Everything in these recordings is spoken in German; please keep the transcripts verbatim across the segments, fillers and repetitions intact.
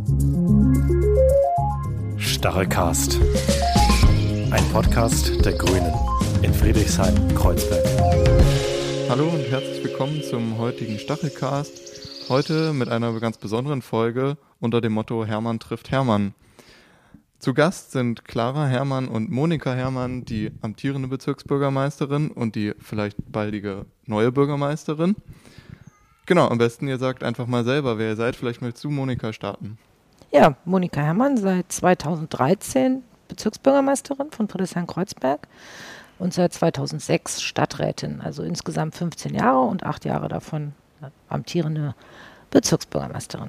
Stachelcast. Ein Podcast der Grünen in Friedrichshain-Kreuzberg. Hallo und herzlich willkommen zum heutigen Stachelcast. Heute mit einer ganz besonderen Folge unter dem Motto Hermann trifft Hermann. Zu Gast sind Clara Hermann und Monika Hermann, die amtierende Bezirksbürgermeisterin und die vielleicht baldige neue Bürgermeisterin. Genau, am besten ihr sagt einfach mal selber, wer ihr seid. Vielleicht möchtest du, Monika, starten. Ja, Monika Hermann, seit zweitausenddreizehn Bezirksbürgermeisterin von Friedrichshain-Kreuzberg und seit zweitausendsechs Stadträtin. Also insgesamt fünfzehn Jahre und acht Jahre davon amtierende Bezirksbürgermeisterin.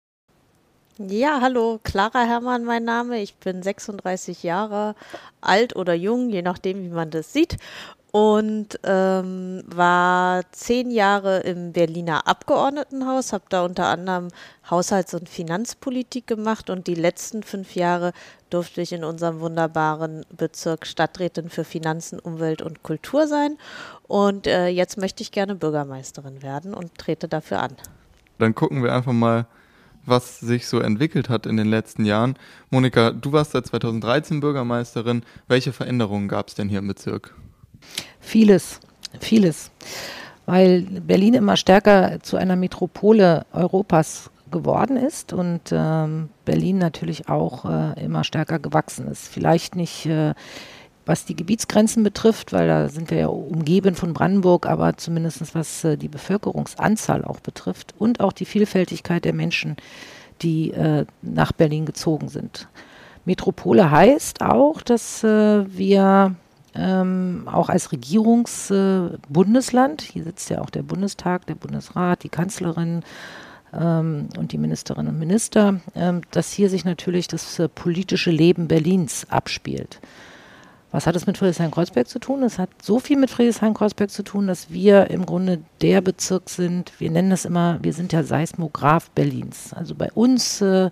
Ja, hallo, Clara Hermann mein Name. Ich bin sechsunddreißig Jahre alt oder jung, je nachdem, wie man das sieht. Und ähm, war zehn Jahre im Berliner Abgeordnetenhaus, habe da unter anderem Haushalts- und Finanzpolitik gemacht und die letzten fünf Jahre durfte ich in unserem wunderbaren Bezirk Stadträtin für Finanzen, Umwelt und Kultur sein. Und äh, jetzt möchte ich gerne Bürgermeisterin werden und trete dafür an. Dann gucken wir einfach mal, was sich so entwickelt hat in den letzten Jahren. Monika, du warst seit zweitausenddreizehn Bürgermeisterin. Welche Veränderungen gab es denn hier im Bezirk? Vieles, vieles. Weil Berlin immer stärker zu einer Metropole Europas geworden ist und ähm, Berlin natürlich auch äh, immer stärker gewachsen ist. Vielleicht nicht, äh, was die Gebietsgrenzen betrifft, weil da sind wir ja umgeben von Brandenburg, aber zumindest was äh, die Bevölkerungsanzahl auch betrifft und auch die Vielfältigkeit der Menschen, die äh, nach Berlin gezogen sind. Metropole heißt auch, dass äh, wir ähm, auch als Regierungsbundesland, äh, hier sitzt ja auch der Bundestag, der Bundesrat, die Kanzlerin ähm, und die Ministerinnen und Minister, ähm, dass hier sich natürlich das äh, politische Leben Berlins abspielt. Was hat es mit Friedrichshain-Kreuzberg zu tun? Es hat so viel mit Friedrichshain-Kreuzberg zu tun, dass wir im Grunde der Bezirk sind, wir nennen das immer, wir sind der Seismograph Berlins. Also bei uns äh,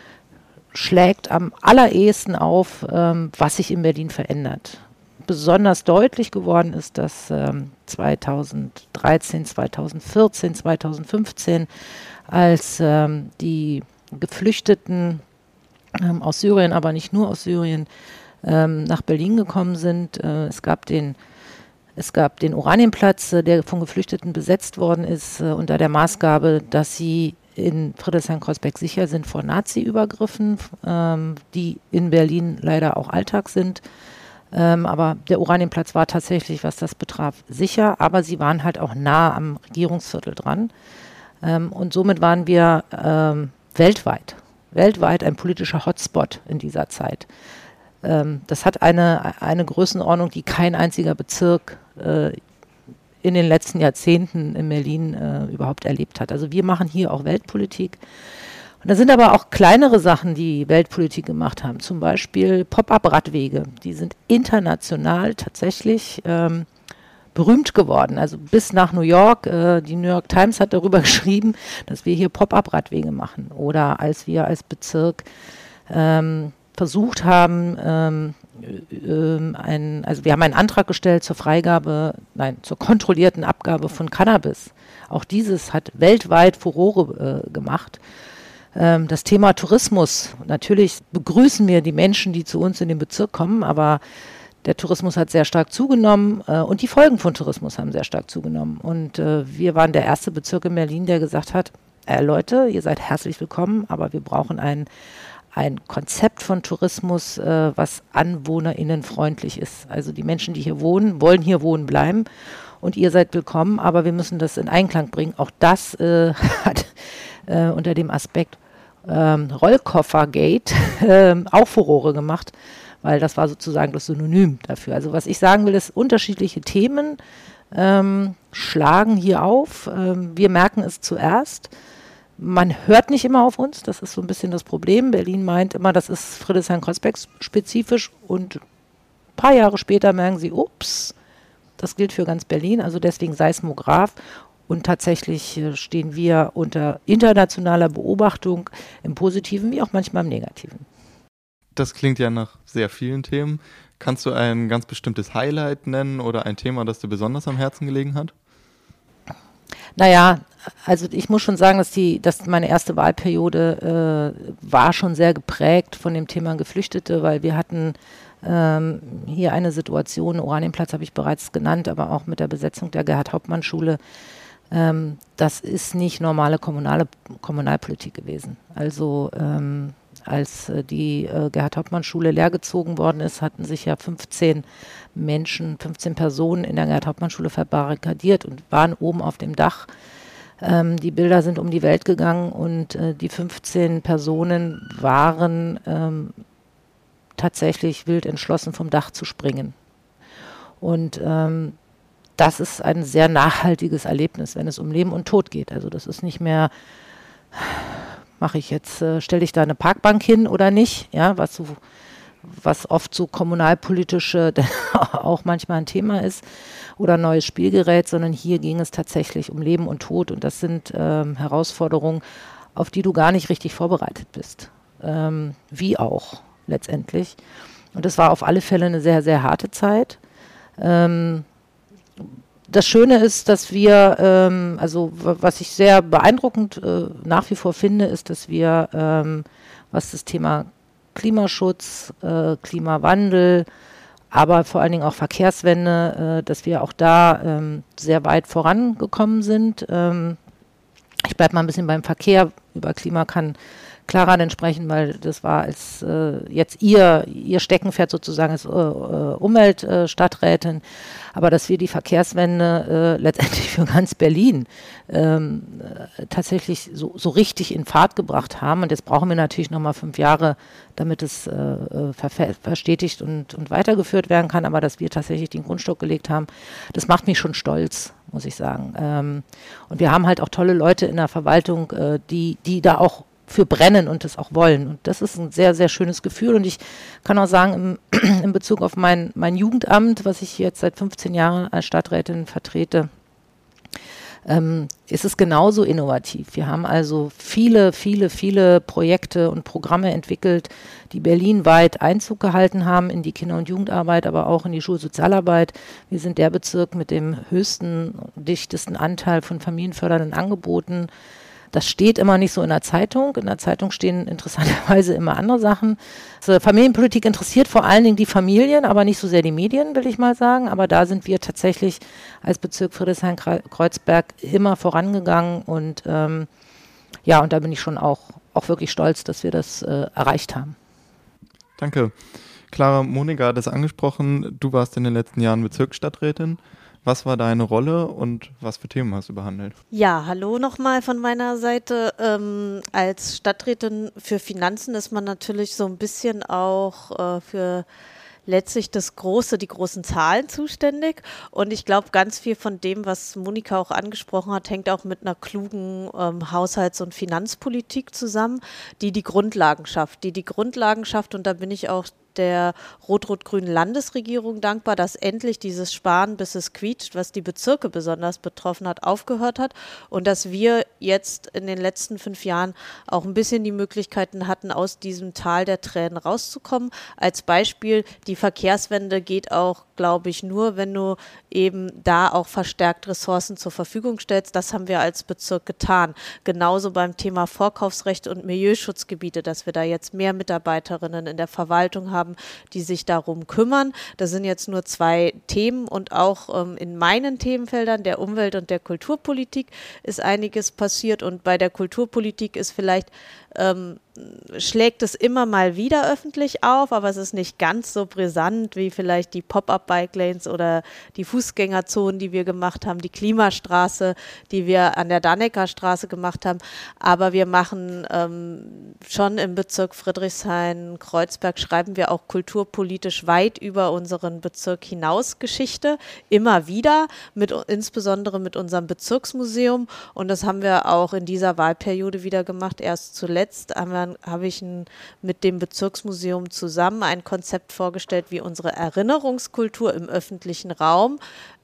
schlägt am allerersten auf, ähm, was sich in Berlin verändert. Besonders deutlich geworden ist, dass ähm, zweitausenddreizehn, zweitausendvierzehn, zweitausendfünfzehn, als ähm, die Geflüchteten ähm, aus Syrien, aber nicht nur aus Syrien, ähm, nach Berlin gekommen sind. Äh, es gab den, es gab den Oranienplatz, äh, der von Geflüchteten besetzt worden ist, äh, unter der Maßgabe, dass sie in Friedrichshain-Kreuzberg sicher sind vor Nazi-Übergriffen, ähm, die in Berlin leider auch Alltag sind. Ähm, aber der Oranienplatz war tatsächlich, was das betraf, sicher, aber sie waren halt auch nah am Regierungsviertel dran. Ähm, und somit waren wir ähm, weltweit, weltweit ein politischer Hotspot in dieser Zeit. Ähm, das hat eine, eine Größenordnung, die kein einziger Bezirk äh, in den letzten Jahrzehnten in Berlin äh, überhaupt erlebt hat. Also wir machen hier auch Weltpolitik. Und da sind aber auch kleinere Sachen, die Weltpolitik gemacht haben. Zum Beispiel Pop-up-Radwege. Die sind international tatsächlich ähm, berühmt geworden. Also bis nach New York. Äh, die New York Times hat darüber geschrieben, dass wir hier Pop-up-Radwege machen. Oder als wir als Bezirk ähm, versucht haben, ähm, äh, ein, also wir haben einen Antrag gestellt zur Freigabe, nein, zur kontrollierten Abgabe von Cannabis. Auch dieses hat weltweit Furore äh, gemacht. Das Thema Tourismus, natürlich begrüßen wir die Menschen, die zu uns in den Bezirk kommen, aber der Tourismus hat sehr stark zugenommen äh, und die Folgen von Tourismus haben sehr stark zugenommen. Und äh, wir waren der erste Bezirk in Berlin, der gesagt hat, äh, Leute, ihr seid herzlich willkommen, aber wir brauchen ein, ein Konzept von Tourismus, äh, was anwohnerinnenfreundlich ist. Also die Menschen, die hier wohnen, wollen hier wohnen bleiben und ihr seid willkommen, aber wir müssen das in Einklang bringen. Auch das äh, hat äh, unter dem Aspekt Ähm, Rollkoffergate ähm, auch Furore gemacht, weil das war sozusagen das Synonym dafür. Also was ich sagen will, ist, unterschiedliche Themen ähm, schlagen hier auf. Ähm, wir merken es zuerst. Man hört nicht immer auf uns, das ist so ein bisschen das Problem. Berlin meint immer, das ist Friedrichshain-Kreuzberg spezifisch und ein paar Jahre später merken sie, ups, das gilt für ganz Berlin, also deswegen Seismograph. Und tatsächlich stehen wir unter internationaler Beobachtung im Positiven wie auch manchmal im Negativen. Das klingt ja nach sehr vielen Themen. Kannst du ein ganz bestimmtes Highlight nennen oder ein Thema, das dir besonders am Herzen gelegen hat? Naja, also ich muss schon sagen, dass die, dass meine erste Wahlperiode äh, war schon sehr geprägt von dem Thema Geflüchtete, weil wir hatten ähm, hier eine Situation, Oranienplatz habe ich bereits genannt, aber auch mit der Besetzung der Gerhard-Hauptmann-Schule. Ähm, das ist nicht normale kommunale Kommunalpolitik gewesen. Also ähm, als äh, die äh, Gerhard-Hauptmann-Schule leergezogen worden ist, hatten sich ja fünfzehn Menschen, fünfzehn Personen in der Gerhard-Hauptmann-Schule verbarrikadiert und waren oben auf dem Dach. Ähm, die Bilder sind um die Welt gegangen und äh, die fünfzehn Personen waren ähm, tatsächlich wild entschlossen, vom Dach zu springen. Und ähm, das ist ein sehr nachhaltiges Erlebnis, wenn es um Leben und Tod geht. Also das ist nicht mehr, mache ich jetzt, äh, stelle ich da eine Parkbank hin oder nicht, ja, was so, was oft so kommunalpolitische auch manchmal ein Thema ist, oder neues Spielgerät, sondern hier ging es tatsächlich um Leben und Tod und das sind ähm, Herausforderungen, auf die du gar nicht richtig vorbereitet bist. Ähm, wie auch letztendlich. Und das war auf alle Fälle eine sehr, sehr harte Zeit. Ähm, Das Schöne ist, dass wir, ähm, also w- was ich sehr beeindruckend äh, nach wie vor finde, ist, dass wir, ähm, was das Thema Klimaschutz, äh, Klimawandel, aber vor allen Dingen auch Verkehrswende, äh, dass wir auch da ähm, sehr weit vorangekommen sind. Ähm, ich bleibe mal ein bisschen beim Verkehr. Über Klima kann Clara dann sprechen, weil das war als äh, jetzt ihr, ihr Steckenpferd sozusagen als äh, äh, Umweltstadträtin, aber dass wir die Verkehrswende äh, letztendlich für ganz Berlin ähm, äh, tatsächlich so, so richtig in Fahrt gebracht haben. Und jetzt brauchen wir natürlich nochmal fünf Jahre, damit es äh, ver- verstetigt und, und weitergeführt werden kann, aber dass wir tatsächlich den Grundstock gelegt haben, das macht mich schon stolz, muss ich sagen. Ähm, und wir haben halt auch tolle Leute in der Verwaltung, äh, die, die da auch für brennen und das auch wollen. Und das ist ein sehr, sehr schönes Gefühl. Und ich kann auch sagen, im, in Bezug auf mein, mein Jugendamt, was ich jetzt seit fünfzehn Jahren als Stadträtin vertrete, ähm, ist es genauso innovativ. Wir haben also viele, viele, viele Projekte und Programme entwickelt, die berlinweit Einzug gehalten haben in die Kinder- und Jugendarbeit, aber auch in die Schulsozialarbeit. Wir sind der Bezirk mit dem höchsten, dichtesten Anteil von familienfördernden Angeboten. Das steht immer nicht so in der Zeitung. In der Zeitung stehen interessanterweise immer andere Sachen. Also Familienpolitik interessiert vor allen Dingen die Familien, aber nicht so sehr die Medien, will ich mal sagen. Aber da sind wir tatsächlich als Bezirk Friedrichshain-Kreuzberg immer vorangegangen. Und ähm, ja, und da bin ich schon auch, auch wirklich stolz, dass wir das äh, erreicht haben. Danke. Clara, Monika hat es angesprochen, du warst in den letzten Jahren Bezirksstadträtin. Was war deine Rolle und was für Themen hast du behandelt? Ja, hallo nochmal von meiner Seite. Ähm, als Stadträtin für Finanzen ist man natürlich so ein bisschen auch äh, für letztlich das Große, die großen Zahlen zuständig. Und ich glaube, ganz viel von dem, was Monika auch angesprochen hat, hängt auch mit einer klugen ähm, Haushalts- und Finanzpolitik zusammen, die die Grundlagen schafft, die die Grundlagen schafft. Und da bin ich auch der rot-rot-grünen Landesregierung dankbar, dass endlich dieses Sparen, bis es quietscht, was die Bezirke besonders betroffen hat, aufgehört hat und dass wir jetzt in den letzten fünf Jahren auch ein bisschen die Möglichkeiten hatten, aus diesem Tal der Tränen rauszukommen. Als Beispiel, die Verkehrswende geht auch, glaube ich, nur, wenn du eben da auch verstärkt Ressourcen zur Verfügung stellst. Das haben wir als Bezirk getan. Genauso beim Thema Vorkaufsrecht und Milieuschutzgebiete, dass wir da jetzt mehr Mitarbeiterinnen in der Verwaltung haben, die sich darum kümmern. Das sind jetzt nur zwei Themen und auch ähm, in meinen Themenfeldern der Umwelt- und der Kulturpolitik ist einiges passiert und bei der Kulturpolitik ist vielleicht ähm, schlägt es immer mal wieder öffentlich auf, aber es ist nicht ganz so brisant wie vielleicht die Pop-up-Bike-Lanes oder die Fußgängerzonen, die wir gemacht haben, die Klimastraße, die wir an der Dannecker-Straße gemacht haben. Aber wir machen ähm, schon im Bezirk Friedrichshain-Kreuzberg, schreiben wir auch kulturpolitisch weit über unseren Bezirk hinaus Geschichte, immer wieder, mit, insbesondere mit unserem Bezirksmuseum. Und das haben wir auch in dieser Wahlperiode wieder gemacht. Erst zuletzt haben wir habe ich ein, mit dem Bezirksmuseum zusammen ein Konzept vorgestellt, wie unsere Erinnerungskultur im öffentlichen Raum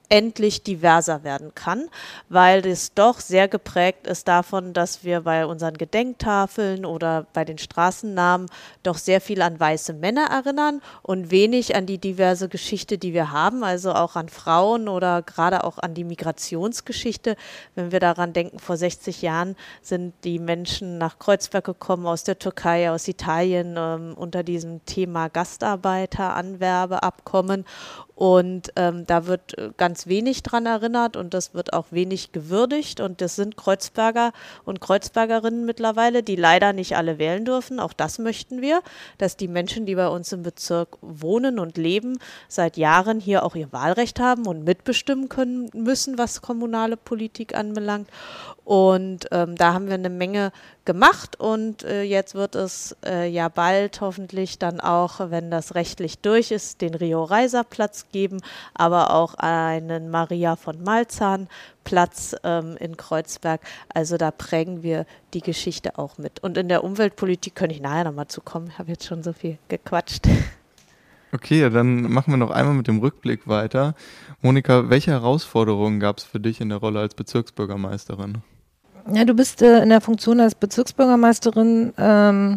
endlich diverser werden kann, weil es doch sehr geprägt ist davon, dass wir bei unseren Gedenktafeln oder bei den Straßennamen doch sehr viel an weiße Männer erinnern und wenig an die diverse Geschichte, die wir haben, also auch an Frauen oder gerade auch an die Migrationsgeschichte. Wenn wir daran denken, vor sechzig Jahren sind die Menschen nach Kreuzberg gekommen aus der Türkei, aus Italien, ähm, unter diesem Thema Gastarbeiteranwerbeabkommen. Und ähm, da wird ganz wenig dran erinnert und das wird auch wenig gewürdigt. Und das sind Kreuzberger und Kreuzbergerinnen mittlerweile, die leider nicht alle wählen dürfen. Auch das möchten wir, dass die Menschen, die bei uns im Bezirk wohnen und leben, seit Jahren hier auch ihr Wahlrecht haben und mitbestimmen können müssen, was kommunale Politik anbelangt. Und ähm, da haben wir eine Menge gemacht und äh, jetzt wird es äh, ja bald hoffentlich dann auch, wenn das rechtlich durch ist, den Rio-Reiser-Platz geben, aber auch einen Maria von Malzahn-Platz ähm, in Kreuzberg. Also da prägen wir die Geschichte auch mit. Und in der Umweltpolitik könnte ich nachher nochmal zu kommen. Ich habe jetzt schon so viel gequatscht. Okay, ja, dann machen wir noch einmal mit dem Rückblick weiter. Monika, welche Herausforderungen gab es für dich in der Rolle als Bezirksbürgermeisterin? Ja, du bist äh, in der Funktion als Bezirksbürgermeisterin ähm,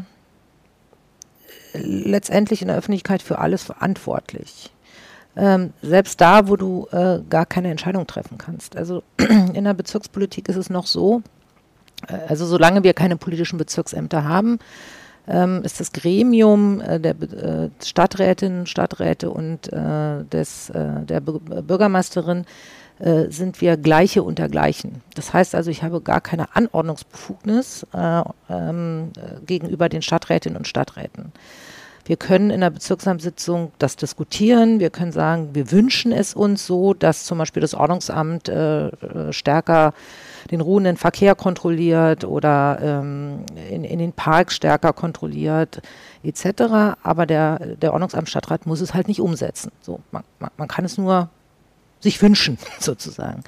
letztendlich in der Öffentlichkeit für alles verantwortlich. Ähm, selbst da, wo du äh, gar keine Entscheidung treffen kannst. Also in der Bezirkspolitik ist es noch so, äh, also solange wir keine politischen Bezirksämter haben, ähm, ist das Gremium äh, der äh, Stadträtinnen, Stadträte und äh, des, äh, der Be- Bürgermeisterin äh, sind wir Gleiche unter Gleichen. Das heißt also, ich habe gar keine Anordnungsbefugnis äh, ähm, äh, gegenüber den Stadträtinnen und Stadträten. Wir können in der Bezirksamtssitzung das diskutieren. Wir können sagen, wir wünschen es uns so, dass zum Beispiel das Ordnungsamt äh, stärker den ruhenden Verkehr kontrolliert oder ähm, in, in den Parks stärker kontrolliert et cetera. Aber der, der Ordnungsamtsstadtrat muss es halt nicht umsetzen. So, man, man, man kann es nur sich wünschen, sozusagen.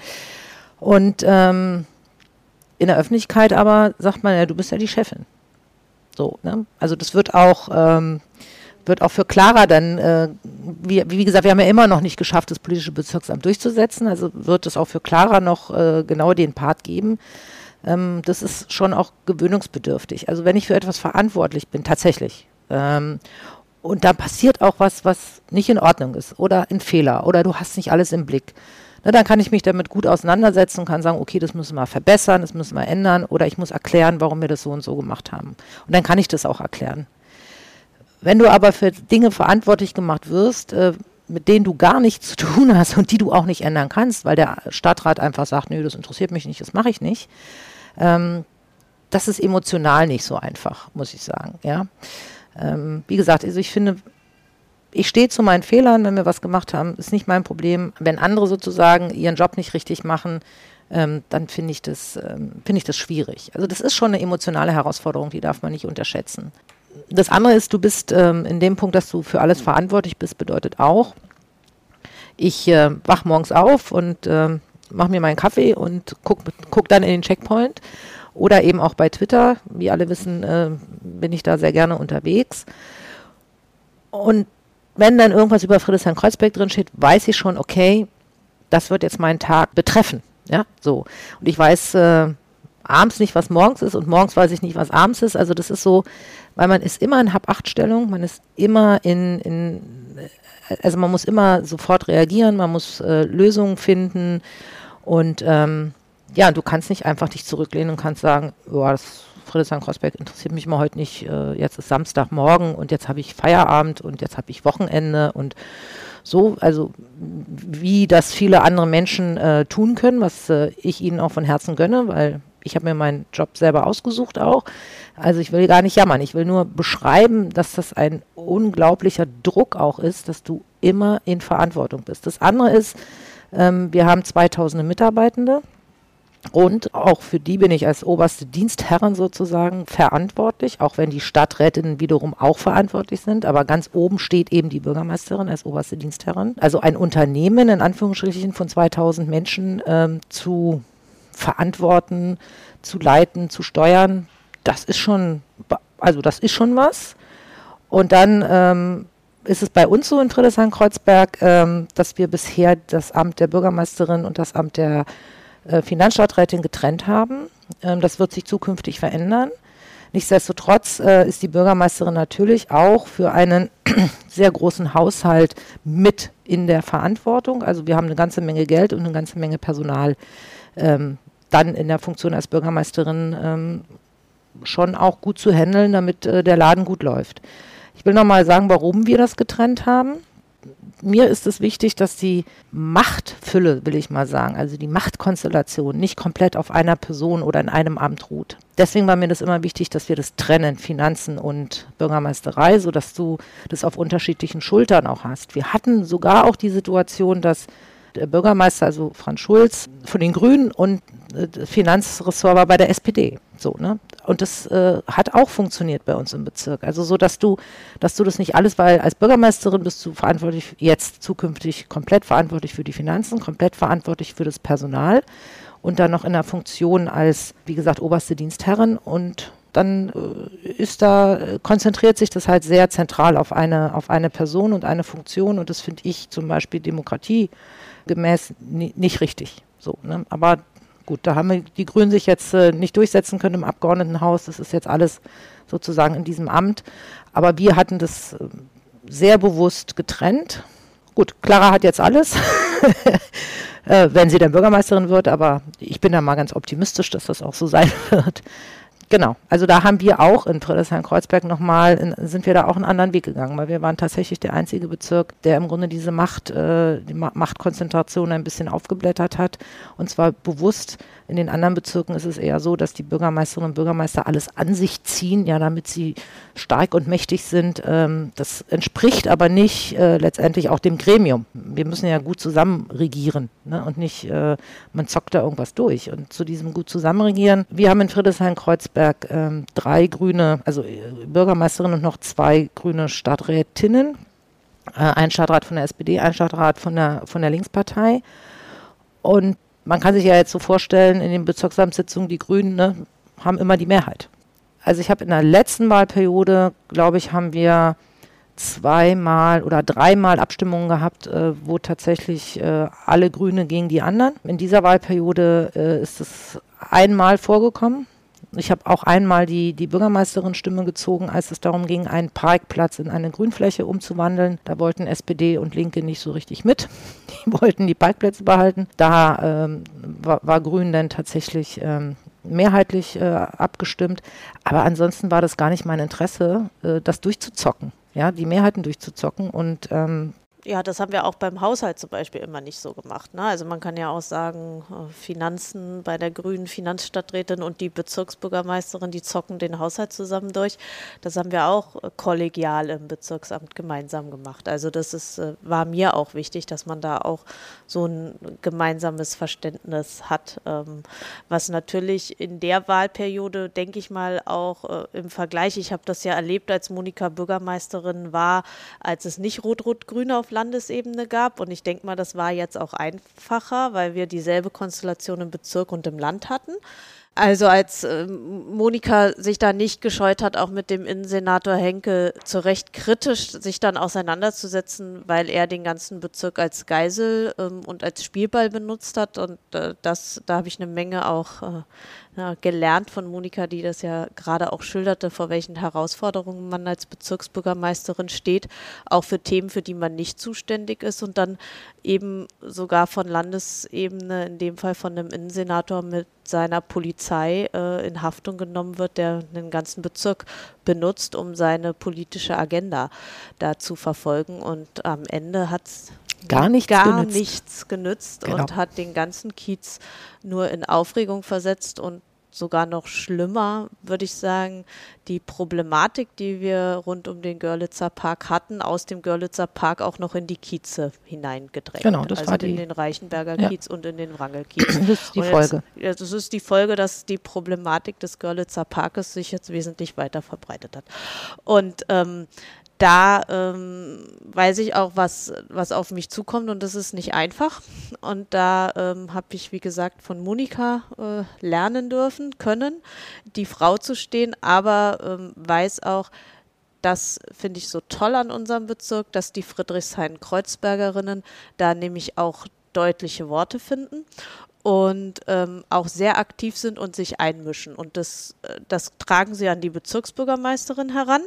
Und ähm, in der Öffentlichkeit aber sagt man, ja, du bist ja die Chefin. So, ne? Also das wird auch, ähm, wird auch für Clara dann, äh, wie, wie gesagt, wir haben ja immer noch nicht geschafft, das politische Bezirksamt durchzusetzen, also wird es auch für Clara noch äh, genau den Part geben. Ähm, das ist schon auch gewöhnungsbedürftig. Also wenn ich für etwas verantwortlich bin, tatsächlich, ähm, und da passiert auch was, was nicht in Ordnung ist oder ein Fehler oder du hast nicht alles im Blick, na, dann kann ich mich damit gut auseinandersetzen und kann sagen, okay, das müssen wir verbessern, das müssen wir ändern oder ich muss erklären, warum wir das so und so gemacht haben. Und dann kann ich das auch erklären. Wenn du aber für Dinge verantwortlich gemacht wirst, äh, mit denen du gar nichts zu tun hast und die du auch nicht ändern kannst, weil der Stadtrat einfach sagt, nö, das interessiert mich nicht, das mache ich nicht, ähm, das ist emotional nicht so einfach, muss ich sagen. Ja? Ähm, wie gesagt, also ich finde, ich stehe zu meinen Fehlern, wenn wir was gemacht haben, ist nicht mein Problem. Wenn andere sozusagen ihren Job nicht richtig machen, ähm, dann finde ich das, ähm, finde ich das schwierig. Also das ist schon eine emotionale Herausforderung, die darf man nicht unterschätzen. Das andere ist, du bist ähm, in dem Punkt, dass du für alles verantwortlich bist, bedeutet auch, ich äh, wach morgens auf und äh, mache mir meinen Kaffee und guck, guck dann in den Checkpoint oder eben auch bei Twitter. Wie alle wissen, äh, bin ich da sehr gerne unterwegs. Und wenn dann irgendwas über Friedrichshain-Kreuzberg drin steht, weiß ich schon, okay, das wird jetzt meinen Tag betreffen. Ja, so. Und ich weiß äh, abends nicht, was morgens ist und morgens weiß ich nicht, was abends ist. Also das ist so, weil man ist immer in Hab-Acht-Stellung, man ist immer in, in, also man muss immer sofort reagieren, man muss äh, Lösungen finden und ähm, ja, du kannst nicht einfach dich zurücklehnen und kannst sagen, ja, das Friedrichshain-Kreuzberg interessiert mich mal heute nicht, äh, jetzt ist Samstagmorgen und jetzt habe ich Feierabend und jetzt habe ich Wochenende und so, also wie das viele andere Menschen äh, tun können, was äh, ich ihnen auch von Herzen gönne, weil ich habe mir meinen Job selber ausgesucht auch. Also ich will gar nicht jammern, ich will nur beschreiben, dass das ein unglaublicher Druck auch ist, dass du immer in Verantwortung bist. Das andere ist, ähm, wir haben zweitausende Mitarbeitende. Und auch für die bin ich als oberste Dienstherrin sozusagen verantwortlich, auch wenn die Stadträtinnen wiederum auch verantwortlich sind. Aber ganz oben steht eben die Bürgermeisterin als oberste Dienstherrin. Also ein Unternehmen in Anführungsstrichen von zweitausend Menschen ähm, zu verantworten, zu leiten, zu steuern, das ist schon, also das ist schon was. Und dann ähm, ist es bei uns so in Friedrichshain-Kreuzberg, ähm, dass wir bisher das Amt der Bürgermeisterin und das Amt der äh, Finanzstadträtin getrennt haben. Ähm, das wird sich zukünftig verändern. Nichtsdestotrotz äh, ist die Bürgermeisterin natürlich auch für einen sehr großen Haushalt mit in der Verantwortung. Also wir haben eine ganze Menge Geld und eine ganze Menge Personal ähm, dann in der Funktion als Bürgermeisterin ähm, schon auch gut zu handeln, damit äh, der Laden gut läuft. Ich will nochmal sagen, warum wir das getrennt haben. Mir ist es wichtig, dass die Machtfülle, will ich mal sagen, also die Machtkonstellation nicht komplett auf einer Person oder in einem Amt ruht. Deswegen war mir das immer wichtig, dass wir das trennen, Finanzen und Bürgermeisterei, sodass du das auf unterschiedlichen Schultern auch hast. Wir hatten sogar auch die Situation, dass der Bürgermeister, also Franz Schulz, von den Grünen und äh, das Finanzressort war bei der S P D. So, ne? Und das äh, hat auch funktioniert bei uns im Bezirk. Also so, dass du, dass du das nicht alles, weil als Bürgermeisterin bist du verantwortlich, jetzt zukünftig komplett verantwortlich für die Finanzen, komplett verantwortlich für das Personal und dann noch in der Funktion als, wie gesagt, oberste Dienstherrin und dann äh, ist da, äh, konzentriert sich das halt sehr zentral auf eine, auf eine Person und eine Funktion und das finde ich zum Beispiel demokratiegemäß ni- nicht richtig. So, ne? Aber gut, da haben wir die Grünen sich jetzt äh, nicht durchsetzen können im Abgeordnetenhaus. Das ist jetzt alles sozusagen in diesem Amt. Aber wir hatten das äh, sehr bewusst getrennt. Gut, Clara hat jetzt alles, äh, wenn sie dann Bürgermeisterin wird. Aber ich bin da mal ganz optimistisch, dass das auch so sein wird. Genau, also da haben wir auch in Friedrichshain-Kreuzberg nochmal, sind wir da auch einen anderen Weg gegangen, weil wir waren tatsächlich der einzige Bezirk, der im Grunde diese Macht, äh, die Ma- Machtkonzentration ein bisschen aufgeblättert hat und zwar bewusst. In den anderen Bezirken ist es eher so, dass die Bürgermeisterinnen und Bürgermeister alles an sich ziehen, ja, damit sie stark und mächtig sind. Ähm, das entspricht aber nicht äh, letztendlich auch dem Gremium. Wir müssen ja gut zusammen regieren, ne? Und nicht, äh, man zockt da irgendwas durch. Und zu diesem gut zusammenregieren, wir haben in Friedrichshain-Kreuzberg ähm, drei grüne, also äh, Bürgermeisterinnen und noch zwei grüne Stadträtinnen. Äh, ein Stadtrat von der S P D, ein Stadtrat von der, von der Linkspartei. Und man kann sich ja jetzt so vorstellen, in den Bezirksamtssitzungen, die Grünen, ne, haben immer die Mehrheit. Also ich habe in der letzten Wahlperiode, glaube ich, haben wir zweimal oder dreimal Abstimmungen gehabt, äh, wo tatsächlich äh, alle Grüne gegen die anderen. In dieser Wahlperiode äh, ist es einmal vorgekommen. Ich habe auch einmal die, die Bürgermeisterin-Stimme gezogen, als es darum ging, einen Parkplatz in eine Grünfläche umzuwandeln. Da wollten S P D und Linke nicht so richtig mit. Die wollten die Parkplätze behalten. Da ähm, war, war Grün dann tatsächlich ähm, mehrheitlich äh, abgestimmt. Aber ansonsten war das gar nicht mein Interesse, äh, das durchzuzocken. Ja, die Mehrheiten durchzuzocken und ähm, Ja, das haben wir auch beim Haushalt zum Beispiel immer nicht so gemacht. Ne? Also man kann ja auch sagen, Finanzen bei der grünen Finanzstadträtin und die Bezirksbürgermeisterin, die zocken den Haushalt zusammen durch. Das haben wir auch kollegial im Bezirksamt gemeinsam gemacht. Also das ist, war mir auch wichtig, dass man da auch so ein gemeinsames Verständnis hat. Was natürlich in der Wahlperiode, denke ich mal, auch im Vergleich, ich habe das ja erlebt, als Monika Bürgermeisterin war, als es nicht Rot-Rot-Grün auf Landesebene gab und ich denke mal, das war jetzt auch einfacher, weil wir dieselbe Konstellation im Bezirk und im Land hatten. Also als äh, Monika sich da nicht gescheut hat, auch mit dem Innensenator Henke zu Recht kritisch sich dann auseinanderzusetzen, weil er den ganzen Bezirk als Geisel ähm, und als Spielball benutzt hat und äh, das, da habe ich eine Menge auch äh, ja, gelernt von Monika, die das ja gerade auch schilderte, vor welchen Herausforderungen man als Bezirksbürgermeisterin steht, auch für Themen, für die man nicht zuständig ist und dann eben sogar von Landesebene, in dem Fall von einem Innensenator mit seiner Polizei äh, in Haftung genommen wird, der den ganzen Bezirk benutzt, um seine politische Agenda da zu verfolgen und am Ende hat es gar nichts gar genützt. nichts genützt Genau. und hat den ganzen Kiez nur in Aufregung versetzt und sogar noch schlimmer, würde ich sagen, die Problematik, die wir rund um den Görlitzer Park hatten, aus dem Görlitzer Park auch noch in die Kieze hineingedrängt. Genau, das also war die, in den Reichenberger ja. Kiez und in den Wrangelkiez. Das ist die und Folge. Jetzt, das ist die Folge, dass die Problematik des Görlitzer Parkes sich jetzt wesentlich weiter verbreitet hat. Und ähm, da ähm, weiß ich auch, was, was auf mich zukommt und das ist nicht einfach. Und da ähm, habe ich, wie gesagt, von Monika äh, lernen dürfen, können, die Frau zu stehen, aber ähm, weiß auch, das finde ich so toll an unserem Bezirk, dass die Friedrichshain-Kreuzbergerinnen da nämlich auch deutliche Worte finden und ähm, auch sehr aktiv sind und sich einmischen. Und das, das tragen sie an die Bezirksbürgermeisterin heran,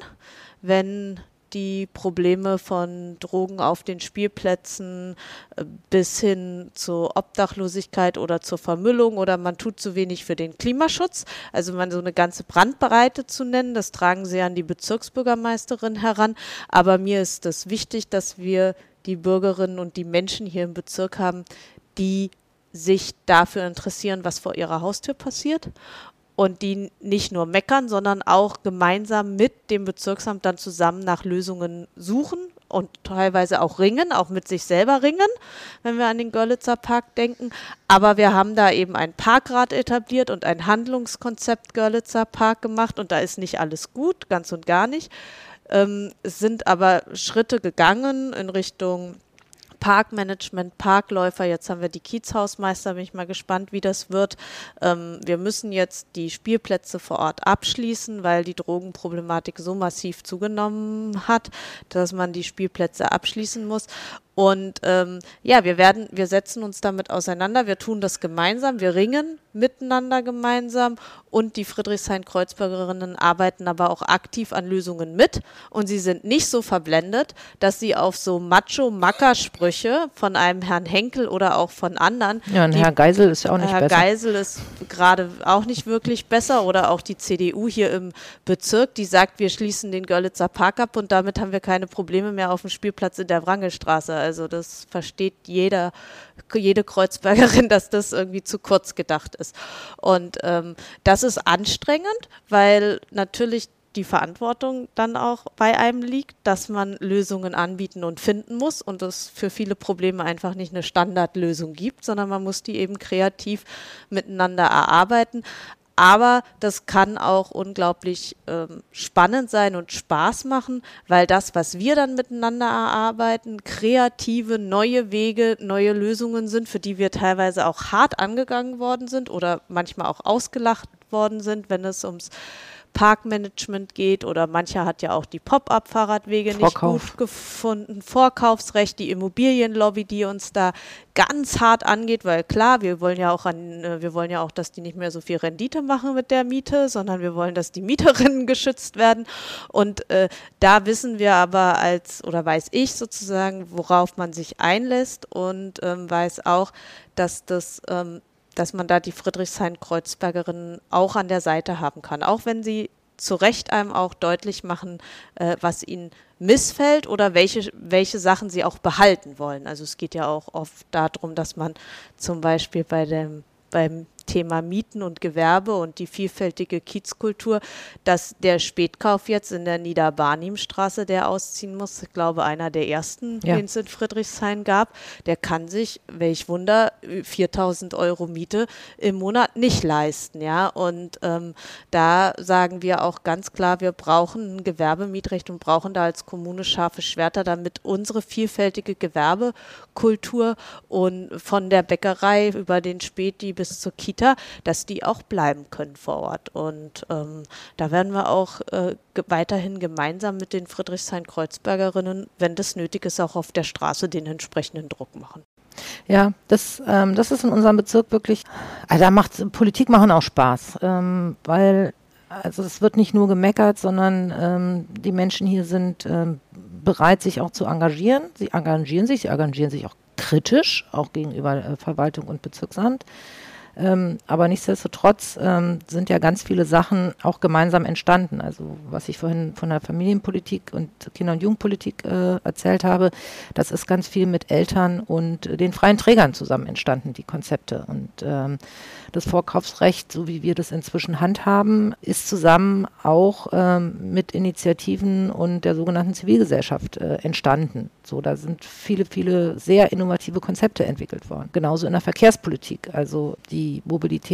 wenn die Probleme von Drogen auf den Spielplätzen äh, bis hin zur Obdachlosigkeit oder zur Vermüllung oder man tut zu wenig für den Klimaschutz, also man so eine ganze Brandbreite zu nennen, das tragen sie an die Bezirksbürgermeisterin heran. Aber mir ist es wichtig, dass wir die Bürgerinnen und die Menschen hier im Bezirk haben, die sich dafür interessieren, was vor ihrer Haustür passiert. Und die nicht nur meckern, sondern auch gemeinsam mit dem Bezirksamt dann zusammen nach Lösungen suchen und teilweise auch ringen, auch mit sich selber ringen, wenn wir an den Görlitzer Park denken. Aber wir haben da eben ein Parkrat etabliert und ein Handlungskonzept Görlitzer Park gemacht und da ist nicht alles gut, ganz und gar nicht. Ähm, es sind aber Schritte gegangen in Richtung Parkmanagement, Parkläufer, jetzt haben wir die Kiezhausmeister, bin ich mal gespannt, wie das wird. Ähm, wir müssen jetzt die Spielplätze vor Ort abschließen, weil die Drogenproblematik so massiv zugenommen hat, dass man die Spielplätze abschließen muss. Und ähm, ja, wir werden, wir setzen uns damit auseinander, wir tun das gemeinsam, wir ringen miteinander gemeinsam und die Friedrichshain-Kreuzbergerinnen arbeiten aber auch aktiv an Lösungen mit und sie sind nicht so verblendet, dass sie auf so Macho-Macker-Sprüche von einem Herrn Henkel oder auch von anderen. Ja, und die, Herr Geisel ist ja auch nicht Herr besser. Herr Geisel ist gerade auch nicht wirklich besser oder auch die C D U hier im Bezirk, die sagt, wir schließen den Görlitzer Park ab und damit haben wir keine Probleme mehr auf dem Spielplatz in der Wrangelstraße. Also das versteht jeder, jede Kreuzbergerin, dass das irgendwie zu kurz gedacht ist. Und ähm, das ist anstrengend, weil natürlich die Verantwortung dann auch bei einem liegt, dass man Lösungen anbieten und finden muss und es für viele Probleme einfach nicht eine Standardlösung gibt, sondern man muss die eben kreativ miteinander erarbeiten. Aber das kann auch unglaublich ähm, spannend sein und Spaß machen, weil das, was wir dann miteinander erarbeiten, kreative, neue Wege, neue Lösungen sind, für die wir teilweise auch hart angegangen worden sind oder manchmal auch ausgelacht worden sind, wenn es ums Parkmanagement geht oder mancher hat ja auch die Pop-up-Fahrradwege nicht gut gefunden, Vorkaufsrecht, die Immobilienlobby, die uns da ganz hart angeht, weil klar, wir wollen ja auch an, wir wollen ja auch, dass die nicht mehr so viel Rendite machen mit der Miete, sondern wir wollen, dass die Mieterinnen geschützt werden und äh, da wissen wir aber als, oder weiß ich sozusagen, worauf man sich einlässt und ähm, weiß auch, dass das ähm, dass man da die Friedrichshain-Kreuzbergerinnen auch an der Seite haben kann. Auch wenn sie zu Recht einem auch deutlich machen, äh, was ihnen missfällt oder welche, welche Sachen sie auch behalten wollen. Also es geht ja auch oft darum, dass man zum Beispiel bei dem, beim Thema Mieten und Gewerbe und die vielfältige Kiezkultur, dass der Spätkauf jetzt in der Niederbarnimstraße, der ausziehen muss, ich glaube einer der ersten, ja, den es in Friedrichshain gab, der kann sich, welch Wunder, viertausend Euro Miete im Monat nicht leisten, ja, und ähm, da sagen wir auch ganz klar, wir brauchen ein Gewerbemietrecht und brauchen da als Kommune scharfe Schwerter, damit unsere vielfältige Gewerbekultur und von der Bäckerei über den Späti bis zur Kita, dass die auch bleiben können vor Ort. Und ähm, da werden wir auch äh, ge- weiterhin gemeinsam mit den Friedrichshain-Kreuzbergerinnen, wenn das nötig ist, auch auf der Straße den entsprechenden Druck machen. Ja, das, ähm, das ist in unserem Bezirk wirklich, also da macht Politik machen auch Spaß, ähm, weil also es wird nicht nur gemeckert, sondern ähm, die Menschen hier sind ähm, bereit, sich auch zu engagieren. Sie engagieren sich, sie engagieren sich auch kritisch, auch gegenüber äh, Verwaltung und Bezirksamt. Ähm, aber nichtsdestotrotz ähm, sind ja ganz viele Sachen auch gemeinsam entstanden. Also was ich vorhin von der Familienpolitik und Kinder- und Jugendpolitik äh, erzählt habe, das ist ganz viel mit Eltern und äh, den freien Trägern zusammen entstanden, die Konzepte. Und ähm, das Vorkaufsrecht, so wie wir das inzwischen handhaben, ist zusammen auch ähm, mit Initiativen und der sogenannten Zivilgesellschaft äh, entstanden. So, da sind viele, viele sehr innovative Konzepte entwickelt worden. Genauso in der Verkehrspolitik. Also die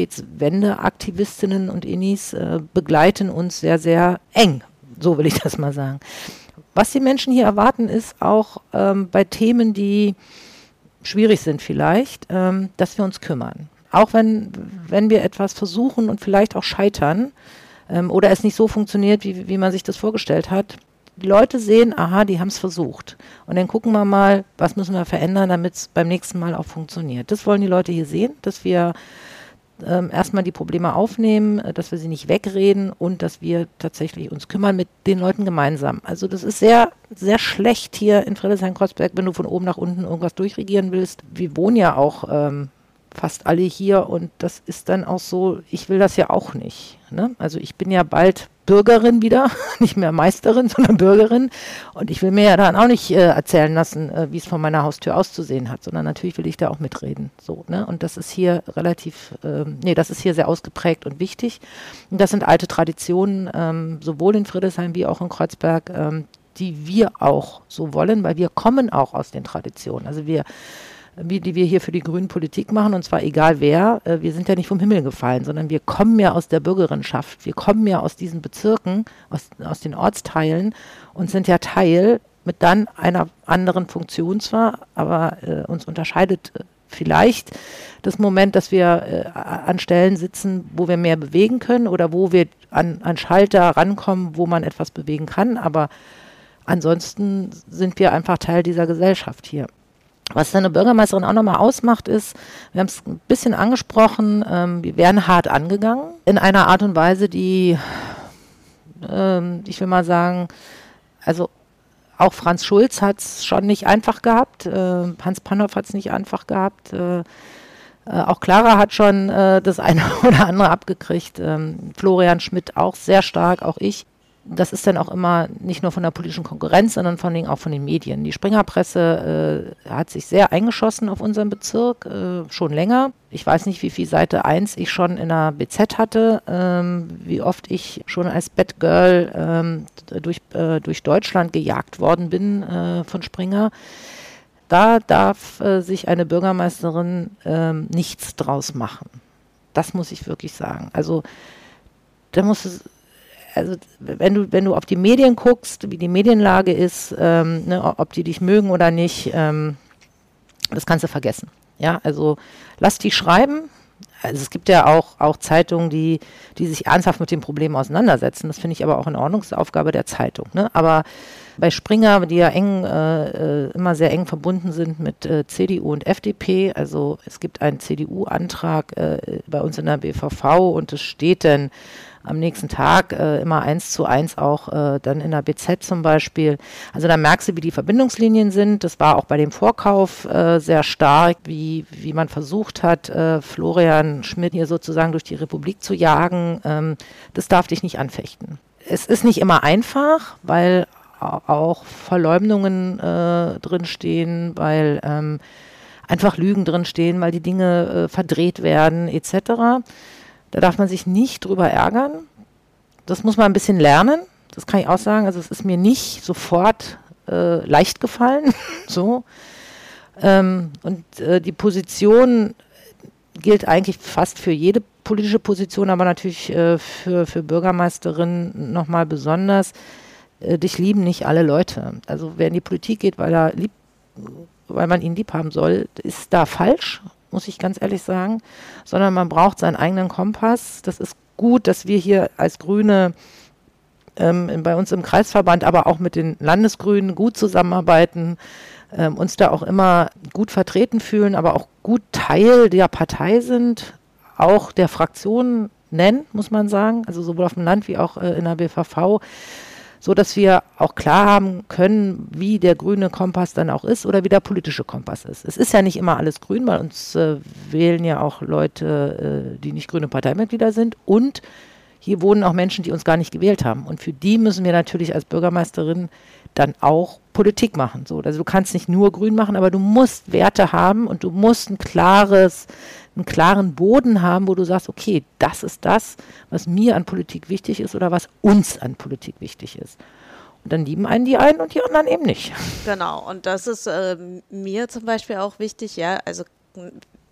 Mobilitätswende-Aktivistinnen und Innis äh, begleiten uns sehr, sehr eng. So will ich das mal sagen. Was die Menschen hier erwarten, ist auch ähm, bei Themen, die schwierig sind vielleicht, ähm, dass wir uns kümmern. Auch wenn, wenn wir etwas versuchen und vielleicht auch scheitern ähm, oder es nicht so funktioniert, wie, wie man sich das vorgestellt hat, die Leute sehen, aha, die haben es versucht. Und dann gucken wir mal, was müssen wir verändern, damit es beim nächsten Mal auch funktioniert. Das wollen die Leute hier sehen, dass wir ähm, erstmal die Probleme aufnehmen, äh, dass wir sie nicht wegreden und dass wir tatsächlich uns kümmern mit den Leuten gemeinsam. Also das ist sehr, sehr schlecht hier in Friedrichshain-Kreuzberg, wenn du von oben nach unten irgendwas durchregieren willst. Wir wohnen ja auch ähm, fast alle hier und das ist dann auch so, ich will das ja auch nicht. Ne? Also ich bin ja bald Bürgerin wieder, nicht mehr Meisterin, sondern Bürgerin und ich will mir ja dann auch nicht äh, erzählen lassen, äh, wie es von meiner Haustür auszusehen hat, sondern natürlich will ich da auch mitreden. So, ne? Und das ist hier relativ, äh, nee, das ist hier sehr ausgeprägt und wichtig. Und das sind alte Traditionen, ähm, sowohl in Friedrichshain wie auch in Kreuzberg, ähm, die wir auch so wollen, weil wir kommen auch aus den Traditionen. Also wir wie die wir hier für die Grünen Politik machen, und zwar egal wer, äh, wir sind ja nicht vom Himmel gefallen, sondern wir kommen ja aus der Bürgerinnenschaft, wir kommen ja aus diesen Bezirken, aus, aus den Ortsteilen und sind ja Teil mit dann einer anderen Funktion zwar, aber äh, uns unterscheidet äh, vielleicht das Moment, dass wir äh, an Stellen sitzen, wo wir mehr bewegen können oder wo wir an, an Schalter rankommen, wo man etwas bewegen kann, aber ansonsten sind wir einfach Teil dieser Gesellschaft hier. Was eine Bürgermeisterin auch nochmal ausmacht, ist, wir haben es ein bisschen angesprochen, ähm, wir werden hart angegangen, in einer Art und Weise, die, ähm, ich will mal sagen, also auch Franz Schulz hat es schon nicht einfach gehabt, äh, Hans Panhoff hat es nicht einfach gehabt, äh, äh, auch Clara hat schon äh, das eine oder andere abgekriegt, ähm, Florian Schmidt auch sehr stark, auch ich. Das ist dann auch immer nicht nur von der politischen Konkurrenz, sondern vor allem auch von den Medien. Die Springerpresse äh, hat sich sehr eingeschossen auf unseren Bezirk, äh, schon länger. Ich weiß nicht, wie viel Seite eins ich schon in der B Z hatte, ähm, wie oft ich schon als Bad Girl ähm, durch, äh, durch Deutschland gejagt worden bin äh, von Springer. Da darf äh, sich eine Bürgermeisterin äh, nichts draus machen. Das muss ich wirklich sagen. Also da muss es Also wenn du, wenn du auf die Medien guckst, wie die Medienlage ist, ähm, ne, ob die dich mögen oder nicht, ähm, das kannst du vergessen. Ja, also lass die schreiben. Also es gibt ja auch, auch Zeitungen, die, die sich ernsthaft mit dem Problem auseinandersetzen. Das finde ich aber auch in Ordnung, das ist Aufgabe der Zeitung. Ne? Aber bei Springer, die ja eng, äh, immer sehr eng verbunden sind mit äh, C D U und F D P, also es gibt einen C D U-Antrag äh, bei uns in der B V V und es steht dann am nächsten Tag äh, immer eins zu eins auch äh, dann in der B Z zum Beispiel. Also da merkst du, wie die Verbindungslinien sind. Das war auch bei dem Vorkauf äh, sehr stark, wie, wie man versucht hat, äh, Florian Schmidt hier sozusagen durch die Republik zu jagen. Ähm, das darf dich nicht anfechten. Es ist nicht immer einfach, weil auch Verleumdungen äh, drinstehen, weil ähm, einfach Lügen drinstehen, weil die Dinge äh, verdreht werden et cetera. Da darf man sich nicht drüber ärgern. Das muss man ein bisschen lernen. Das kann ich auch sagen. Also es ist mir nicht sofort äh, leicht gefallen. so. Ähm, und äh, die Position gilt eigentlich fast für jede politische Position, aber natürlich äh, für, für Bürgermeisterinnen nochmal besonders. Äh, dich lieben nicht alle Leute. Also wer in die Politik geht, weil er lieb, weil man ihn lieb haben soll, ist da falsch, muss ich ganz ehrlich sagen, sondern man braucht seinen eigenen Kompass. Das ist gut, dass wir hier als Grüne ähm, bei uns im Kreisverband, aber auch mit den Landesgrünen gut zusammenarbeiten, ähm, uns da auch immer gut vertreten fühlen, aber auch gut Teil der Partei sind, auch der Fraktion nennen, muss man sagen, also sowohl auf dem Land wie auch äh, in der B V V, so dass wir auch klar haben können, wie der grüne Kompass dann auch ist oder wie der politische Kompass ist. Es ist ja nicht immer alles grün, weil uns äh, wählen ja auch Leute, äh, die nicht grüne Parteimitglieder sind, und hier wohnen auch Menschen, die uns gar nicht gewählt haben, und für die müssen wir natürlich als Bürgermeisterin dann auch Politik machen. So, also du kannst nicht nur grün machen, aber du musst Werte haben und du musst ein klares, einen klaren Boden haben, wo du sagst, okay, das ist das, was mir an Politik wichtig ist oder was uns an Politik wichtig ist. Und dann lieben einen die einen und die anderen eben nicht. Genau, und das ist äh, mir zum Beispiel auch wichtig, ja, also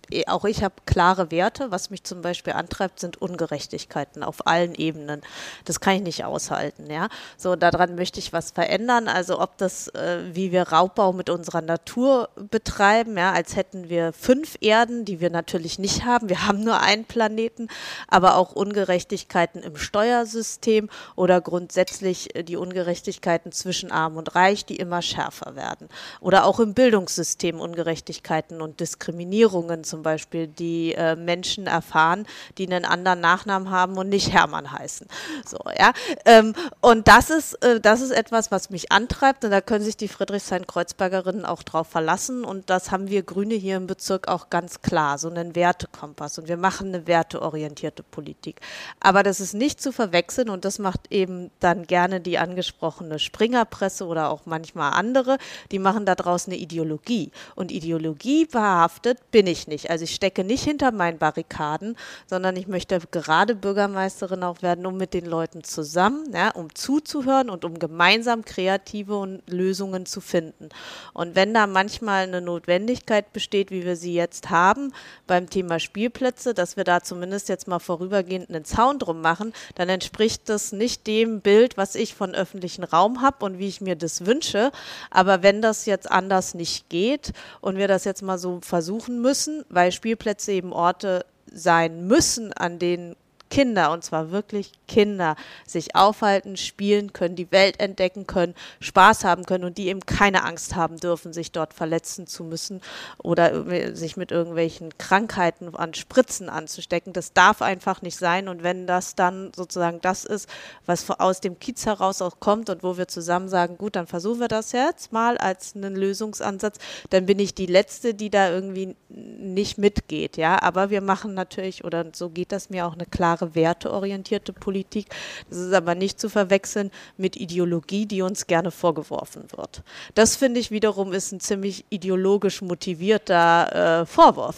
auch ich habe klare Werte. Was mich zum Beispiel antreibt, sind Ungerechtigkeiten auf allen Ebenen. Das kann ich nicht aushalten. Ja? So, daran möchte ich was verändern. Also ob das, äh, wie wir Raubbau mit unserer Natur betreiben, ja, als hätten wir fünf Erden, die wir natürlich nicht haben. Wir haben nur einen Planeten, aber auch Ungerechtigkeiten im Steuersystem oder grundsätzlich die Ungerechtigkeiten zwischen Arm und Reich, die immer schärfer werden. Oder auch im Bildungssystem Ungerechtigkeiten und Diskriminierungen zum Beispiel, die äh, Menschen erfahren, die einen anderen Nachnamen haben und nicht Hermann heißen. So, ja. Ähm, und das ist, äh, das ist etwas, was mich antreibt, und da können sich die Friedrichshain-Kreuzbergerinnen auch drauf verlassen, und das haben wir Grüne hier im Bezirk auch ganz klar, so einen Wertekompass, und wir machen eine werteorientierte Politik. Aber das ist nicht zu verwechseln, und das macht eben dann gerne die angesprochene Springerpresse oder auch manchmal andere, die machen daraus eine Ideologie, und Ideologie behaftet bin ich nicht. Also ich stecke nicht hinter meinen Barrikaden, sondern ich möchte gerade Bürgermeisterin auch werden, um mit den Leuten zusammen, ja, um zuzuhören und um gemeinsam kreative Lösungen zu finden. Und wenn da manchmal eine Notwendigkeit besteht, wie wir sie jetzt haben, beim Thema Spielplätze, dass wir da zumindest jetzt mal vorübergehend einen Zaun drum machen, dann entspricht das nicht dem Bild, was ich von öffentlichen Raum habe und wie ich mir das wünsche. Aber wenn das jetzt anders nicht geht und wir das jetzt mal so versuchen müssen, weil Spielplätze eben Orte sein müssen, an denen Kinder, und zwar wirklich Kinder, sich aufhalten, spielen können, die Welt entdecken können, Spaß haben können und die eben keine Angst haben dürfen, sich dort verletzen zu müssen oder sich mit irgendwelchen Krankheiten an Spritzen anzustecken. Das darf einfach nicht sein, und wenn das dann sozusagen das ist, was aus dem Kiez heraus auch kommt und wo wir zusammen sagen, gut, dann versuchen wir das jetzt mal als einen Lösungsansatz, dann bin ich die Letzte, die da irgendwie nicht mitgeht, ja, aber wir machen natürlich, oder so geht das mir, auch eine klare werteorientierte Politik. Das ist aber nicht zu verwechseln mit Ideologie, die uns gerne vorgeworfen wird. Das, finde ich, wiederum ist ein ziemlich ideologisch motivierter äh, Vorwurf.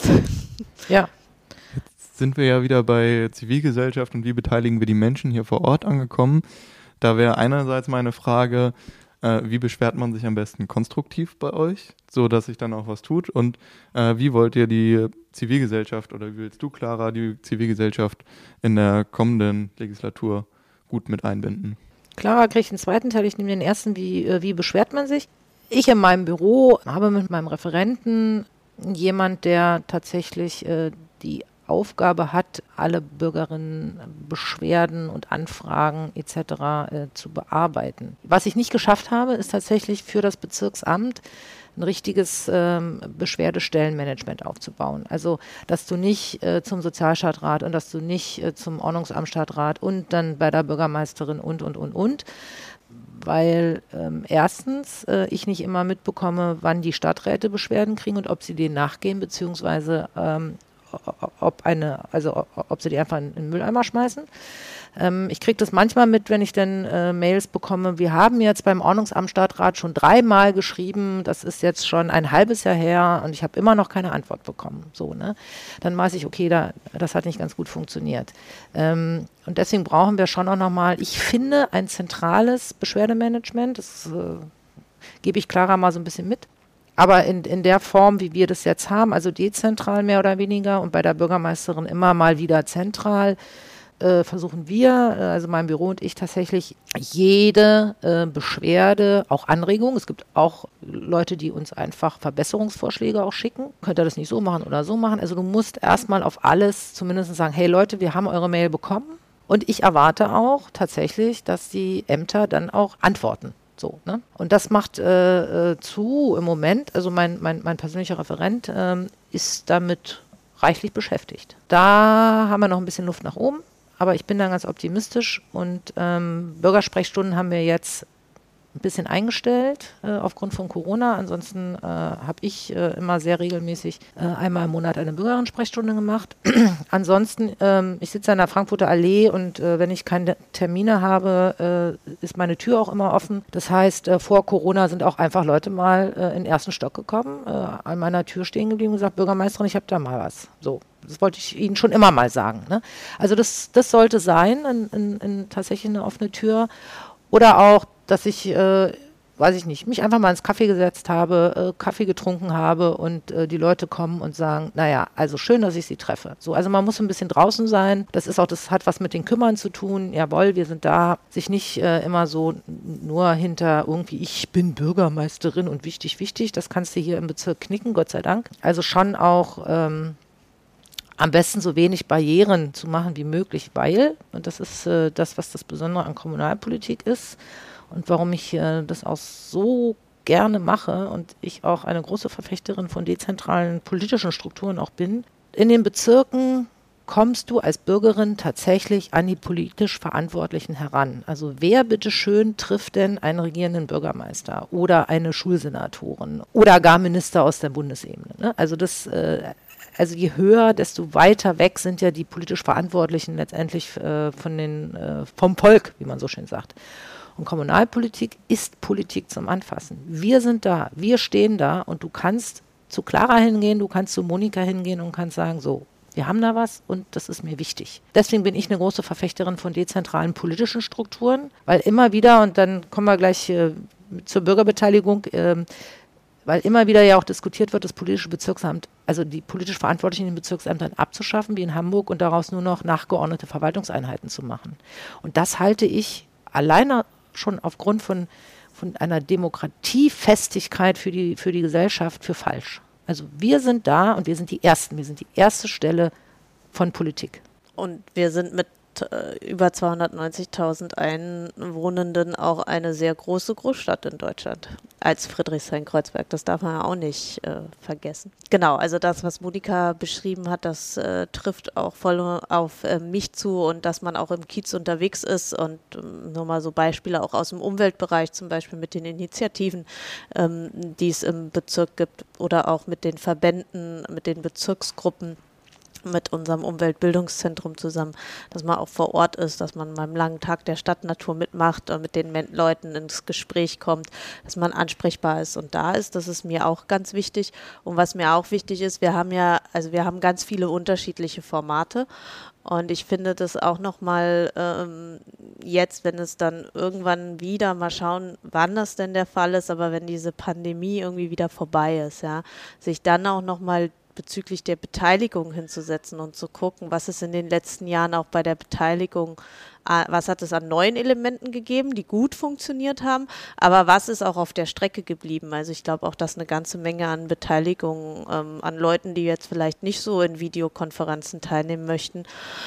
Ja. Jetzt sind wir ja wieder bei Zivilgesellschaft und wie beteiligen wir die Menschen hier vor Ort angekommen. Da wäre einerseits meine Frage, äh, wie beschwert man sich am besten konstruktiv bei euch, so dass sich dann auch was tut, und äh, wie wollt ihr die Zivilgesellschaft, oder wie willst du, Clara, die Zivilgesellschaft in der kommenden Legislatur gut mit einbinden? Clara kriegt den zweiten Teil, ich nehme den ersten, wie, äh, wie beschwert man sich? Ich in meinem Büro habe mit meinem Referenten jemand, der tatsächlich äh, die Aufgabe hat, alle Bürgerinnen Beschwerden und Anfragen et cetera äh, zu bearbeiten. Was ich nicht geschafft habe, ist tatsächlich für das Bezirksamt ein richtiges ähm, Beschwerdestellenmanagement aufzubauen. Also, dass du nicht äh, zum Sozialstadtrat und dass du nicht äh, zum Ordnungsamtsstadtrat und dann bei der Bürgermeisterin und, und, und, und. Weil ähm, erstens äh, ich nicht immer mitbekomme, wann die Stadträte Beschwerden kriegen und ob sie denen nachgehen, beziehungsweise ähm, ob eine, also ob sie die einfach in den Mülleimer schmeißen. Ähm, ich kriege das manchmal mit, wenn ich dann äh, Mails bekomme, wir haben jetzt beim Ordnungsamtsstadtrat schon dreimal geschrieben, das ist jetzt schon ein halbes Jahr her und ich habe immer noch keine Antwort bekommen. So, ne? Dann weiß ich, okay, da, das hat nicht ganz gut funktioniert. Ähm, und deswegen brauchen wir schon auch nochmal, ich finde, ein zentrales Beschwerdemanagement, das äh, gebe ich Clara mal so ein bisschen mit. Aber in, in der Form, wie wir das jetzt haben, also dezentral mehr oder weniger und bei der Bürgermeisterin immer mal wieder zentral, äh, versuchen wir, äh, also mein Büro und ich, tatsächlich jede äh, Beschwerde, auch Anregungen. Es gibt auch Leute, die uns einfach Verbesserungsvorschläge auch schicken. Könnt ihr das nicht so machen oder so machen? Also du musst erstmal auf alles zumindest sagen, hey Leute, wir haben eure Mail bekommen. Und ich erwarte auch tatsächlich, dass die Ämter dann auch antworten. So, ne? Und das macht äh, zu im Moment, also mein, mein, mein persönlicher Referent ähm, ist damit reichlich beschäftigt. Da haben wir noch ein bisschen Luft nach oben, aber ich bin da ganz optimistisch, und ähm, Bürgersprechstunden haben wir jetzt ein bisschen eingestellt äh, aufgrund von Corona. Ansonsten äh, habe ich äh, immer sehr regelmäßig äh, einmal im Monat eine Bürgerinnen-Sprechstunde gemacht. Ansonsten, ähm, ich sitze an der Frankfurter Allee und äh, wenn ich keine Termine habe, äh, ist meine Tür auch immer offen. Das heißt, äh, vor Corona sind auch einfach Leute mal äh, in den ersten Stock gekommen, äh, an meiner Tür stehen geblieben und gesagt, Bürgermeisterin, ich habe da mal was. So. Das wollte ich Ihnen schon immer mal sagen. Ne? Also das, das sollte sein, in, in, in tatsächlich eine offene Tür. Oder auch, dass ich äh, weiß ich nicht, mich einfach mal ins Kaffee gesetzt habe, äh, Kaffee getrunken habe und äh, die Leute kommen und sagen, naja, also schön, dass ich sie treffe. So, also man muss ein bisschen draußen sein. Das ist auch, das hat was mit den Kümmern zu tun. Jawohl, wir sind da. Sich nicht äh, immer so nur hinter irgendwie, ich bin Bürgermeisterin und wichtig, wichtig. Das kannst du hier im Bezirk knicken, Gott sei Dank. Also schon auch ähm, am besten so wenig Barrieren zu machen wie möglich, weil, und das ist äh, das, was das Besondere an Kommunalpolitik ist, und warum ich äh, das auch so gerne mache und ich auch eine große Verfechterin von dezentralen politischen Strukturen auch bin. In den Bezirken kommst du als Bürgerin tatsächlich an die politisch Verantwortlichen heran. Also wer bitteschön trifft denn einen regierenden Bürgermeister oder eine Schulsenatorin oder gar Minister aus der Bundesebene? Ne? Also das, äh, also je höher, desto weiter weg sind ja die politisch Verantwortlichen letztendlich äh, von den, äh, vom Volk, wie man so schön sagt. Und Kommunalpolitik ist Politik zum Anfassen. Wir sind da, wir stehen da und du kannst zu Clara hingehen, du kannst zu Monika hingehen und kannst sagen, so, wir haben da was und das ist mir wichtig. Deswegen bin ich eine große Verfechterin von dezentralen politischen Strukturen, weil immer wieder, und dann kommen wir gleich äh, zur Bürgerbeteiligung, äh, weil immer wieder ja auch diskutiert wird, das politische Bezirksamt, also die politisch Verantwortlichen in den Bezirksämtern abzuschaffen, wie in Hamburg, und daraus nur noch nachgeordnete Verwaltungseinheiten zu machen. Und das halte ich alleine schon aufgrund von, von einer Demokratiefestigkeit für die, für die Gesellschaft für falsch. Also wir sind da und wir sind die Ersten, wir sind die erste Stelle von Politik. Und wir sind mit äh, über zweihundertneunzigtausend Einwohnenden auch eine sehr große Großstadt in Deutschland als Friedrichshain-Kreuzberg. Das darf man ja auch nicht äh, vergessen. Genau, also das, was Monika beschrieben hat, das äh, trifft auch voll auf äh, mich zu, und dass man auch im Kiez unterwegs ist und ähm, nur mal so Beispiele auch aus dem Umweltbereich, zum Beispiel mit den Initiativen, ähm, die es im Bezirk gibt, oder auch mit den Verbänden, mit den Bezirksgruppen, mit unserem Umweltbildungszentrum zusammen, dass man auch vor Ort ist, dass man beim langen Tag der Stadtnatur mitmacht und mit den Men- Leuten ins Gespräch kommt, dass man ansprechbar ist und da ist. Das ist mir auch ganz wichtig. Und was mir auch wichtig ist, wir haben ja, also wir haben ganz viele unterschiedliche Formate, und ich finde das auch nochmal ähm, jetzt, wenn es dann irgendwann wieder, mal schauen, wann das denn der Fall ist, aber wenn diese Pandemie irgendwie wieder vorbei ist, ja, sich dann auch nochmal bezüglich der Beteiligung hinzusetzen und zu gucken, was ist in den letzten Jahren auch bei der Beteiligung, was hat es an neuen Elementen gegeben, die gut funktioniert haben, aber was ist auch auf der Strecke geblieben? Also ich glaube auch, dass eine ganze Menge an Beteiligung ähm, an Leuten, die jetzt vielleicht nicht so in Videokonferenzen teilnehmen möchten,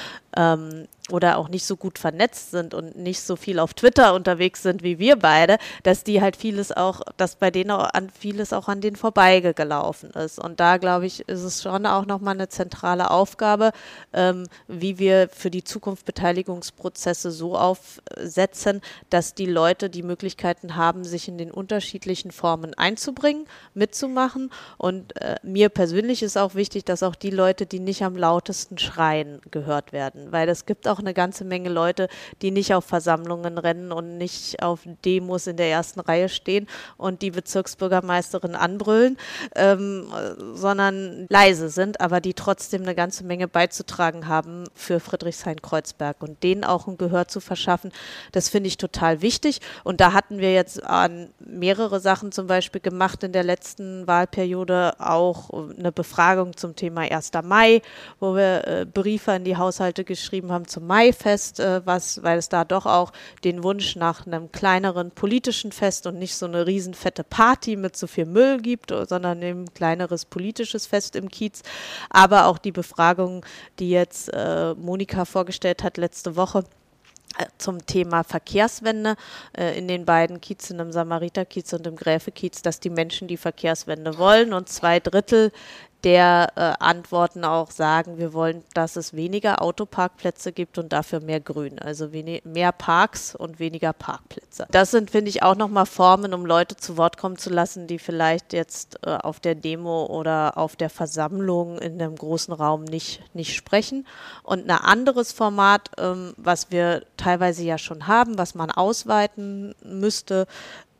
ähm, oder auch nicht so gut vernetzt sind und nicht so viel auf Twitter unterwegs sind wie wir beide, dass die halt vieles auch, dass bei denen auch an vieles auch an denen vorbeigelaufen ist. Und da, glaube ich, ist es schon auch nochmal eine zentrale Aufgabe, ähm, wie wir für die Zukunft Beteiligungsprozesse so aufsetzen, dass die Leute die Möglichkeiten haben, sich in den unterschiedlichen Formen einzubringen, mitzumachen. Und äh, mir persönlich ist auch wichtig, dass auch die Leute, die nicht am lautesten schreien, gehört werden, weil es gibt auch eine ganze Menge Leute, die nicht auf Versammlungen rennen und nicht auf Demos in der ersten Reihe stehen und die Bezirksbürgermeisterin anbrüllen, ähm, sondern leise sind, aber die trotzdem eine ganze Menge beizutragen haben für Friedrichshain-Kreuzberg, und denen auch ein Gehör zu verschaffen, das finde ich total wichtig. Und da hatten wir jetzt an mehrere Sachen zum Beispiel gemacht in der letzten Wahlperiode, auch eine Befragung zum Thema erster Mai, wo wir äh, Briefe an die Haushalte geschrieben haben zum Maifest, äh, was, weil es da doch auch den Wunsch nach einem kleineren politischen Fest und nicht so eine riesenfette Party mit so viel Müll gibt, sondern ein kleineres politisches Fest im Kiez. Aber auch die Befragung, die jetzt äh, Monika vorgestellt hat letzte Woche, zum Thema Verkehrswende äh, in den beiden Kiezen, im Samariterkiez und im Gräfekiez, dass die Menschen die Verkehrswende wollen, und zwei Drittel der äh, Antworten auch sagen, wir wollen, dass es weniger Autoparkplätze gibt und dafür mehr Grün, also wenig, mehr Parks und weniger Parkplätze. Das sind, finde ich, auch nochmal Formen, um Leute zu Wort kommen zu lassen, die vielleicht jetzt äh, auf der Demo oder auf der Versammlung in einem großen Raum nicht, nicht sprechen. Und ein anderes Format, ähm, was wir teilweise ja schon haben, was man ausweiten müsste,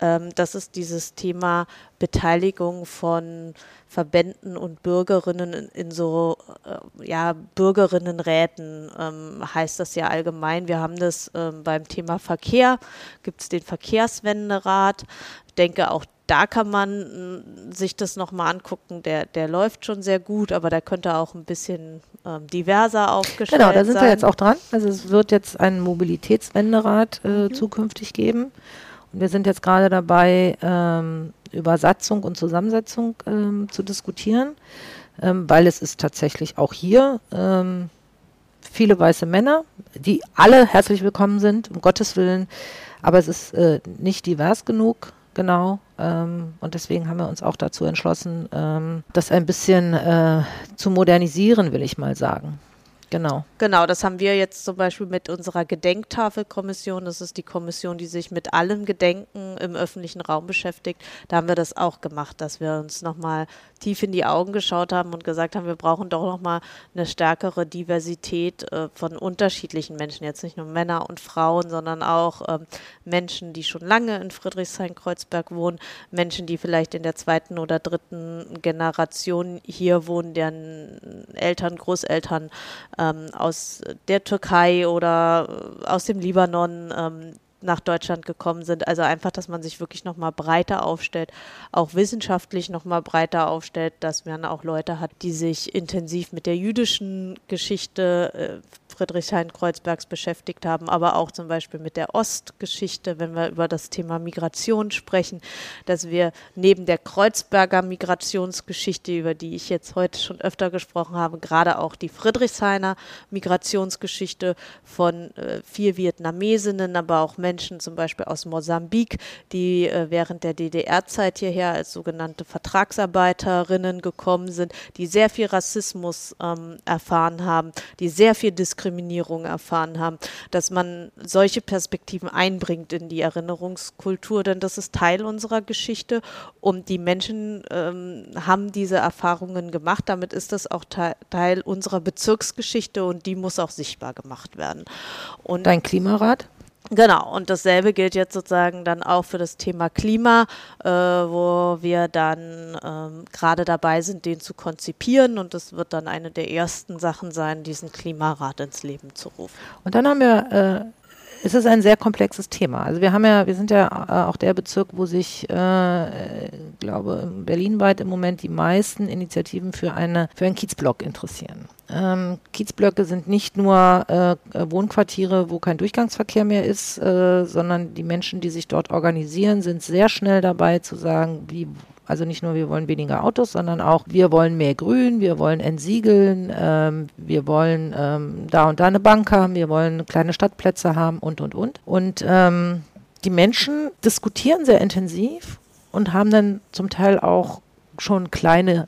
Ähm, das ist dieses Thema Beteiligung von Verbänden und Bürgerinnen in, in so äh, ja, Bürgerinnenräten, ähm, heißt das ja allgemein. Wir haben das ähm, beim Thema Verkehr, gibt es den Verkehrswenderat. Ich denke, auch da kann man mh, sich das nochmal angucken. Der, der läuft schon sehr gut, aber der könnte auch ein bisschen ähm, diverser aufgestellt sein. Genau, da sind sein. wir jetzt auch dran. Also es wird jetzt einen Mobilitätswenderat äh, mhm. zukünftig geben. Und wir sind jetzt gerade dabei, ähm, über Satzung und Zusammensetzung ähm, zu diskutieren, ähm, weil es ist tatsächlich auch hier ähm, viele weiße Männer, die alle herzlich willkommen sind, um Gottes Willen, aber es ist äh, nicht divers genug, genau, ähm, und deswegen haben wir uns auch dazu entschlossen, ähm, das ein bisschen äh, zu modernisieren, will ich mal sagen. Genau. Genau, das haben wir jetzt zum Beispiel mit unserer Gedenktafelkommission. Das ist die Kommission, die sich mit allem Gedenken im öffentlichen Raum beschäftigt. Da haben wir das auch gemacht, dass wir uns nochmal tief in die Augen geschaut haben und gesagt haben, wir brauchen doch nochmal eine stärkere Diversität äh, von unterschiedlichen Menschen. Jetzt nicht nur Männer und Frauen, sondern auch ähm, Menschen, die schon lange in Friedrichshain-Kreuzberg wohnen, Menschen, die vielleicht in der zweiten oder dritten Generation hier wohnen, deren Eltern, Großeltern ähm, aus der Türkei oder aus dem Libanon ähm, nach Deutschland gekommen sind. Also einfach, dass man sich wirklich nochmal breiter aufstellt, auch wissenschaftlich nochmal breiter aufstellt, dass man auch Leute hat, die sich intensiv mit der jüdischen Geschichte äh, Friedrichshain-Kreuzbergs beschäftigt haben, aber auch zum Beispiel mit der Ostgeschichte, wenn wir über das Thema Migration sprechen, dass wir neben der Kreuzberger Migrationsgeschichte, über die ich jetzt heute schon öfter gesprochen habe, gerade auch die Friedrichshainer Migrationsgeschichte von äh, vier Vietnamesinnen, aber auch Menschen zum Beispiel aus Mosambik, die äh, während der D D R-Zeit hierher als sogenannte Vertragsarbeiterinnen gekommen sind, die sehr viel Rassismus ähm, erfahren haben, die sehr viel Diskriminierung Diskriminierung erfahren haben, dass man solche Perspektiven einbringt in die Erinnerungskultur, denn das ist Teil unserer Geschichte und die Menschen ähm, haben diese Erfahrungen gemacht, damit ist das auch te- Teil unserer Bezirksgeschichte und die muss auch sichtbar gemacht werden. Und Dein Klimarat? Genau, und dasselbe gilt jetzt sozusagen dann auch für das Thema Klima, äh, wo wir dann ähm, gerade dabei sind, den zu konzipieren und das wird dann eine der ersten Sachen sein, diesen Klimarat ins Leben zu rufen. Und dann haben wir, äh, es ist ein sehr komplexes Thema. Also wir haben ja, wir sind ja äh, auch der Bezirk, wo sich, äh, ich glaube, berlinweit im Moment die meisten Initiativen für eine für einen Kiezblock interessieren. Ähm, Kiezblöcke sind nicht nur äh, Wohnquartiere, wo kein Durchgangsverkehr mehr ist, äh, sondern die Menschen, die sich dort organisieren, sind sehr schnell dabei zu sagen, wie, also nicht nur wir wollen weniger Autos, sondern auch wir wollen mehr Grün, wir wollen entsiegeln, ähm, wir wollen ähm, da und da eine Bank haben, wir wollen kleine Stadtplätze haben und, und, und. Und ähm, die Menschen diskutieren sehr intensiv und haben dann zum Teil auch schon kleine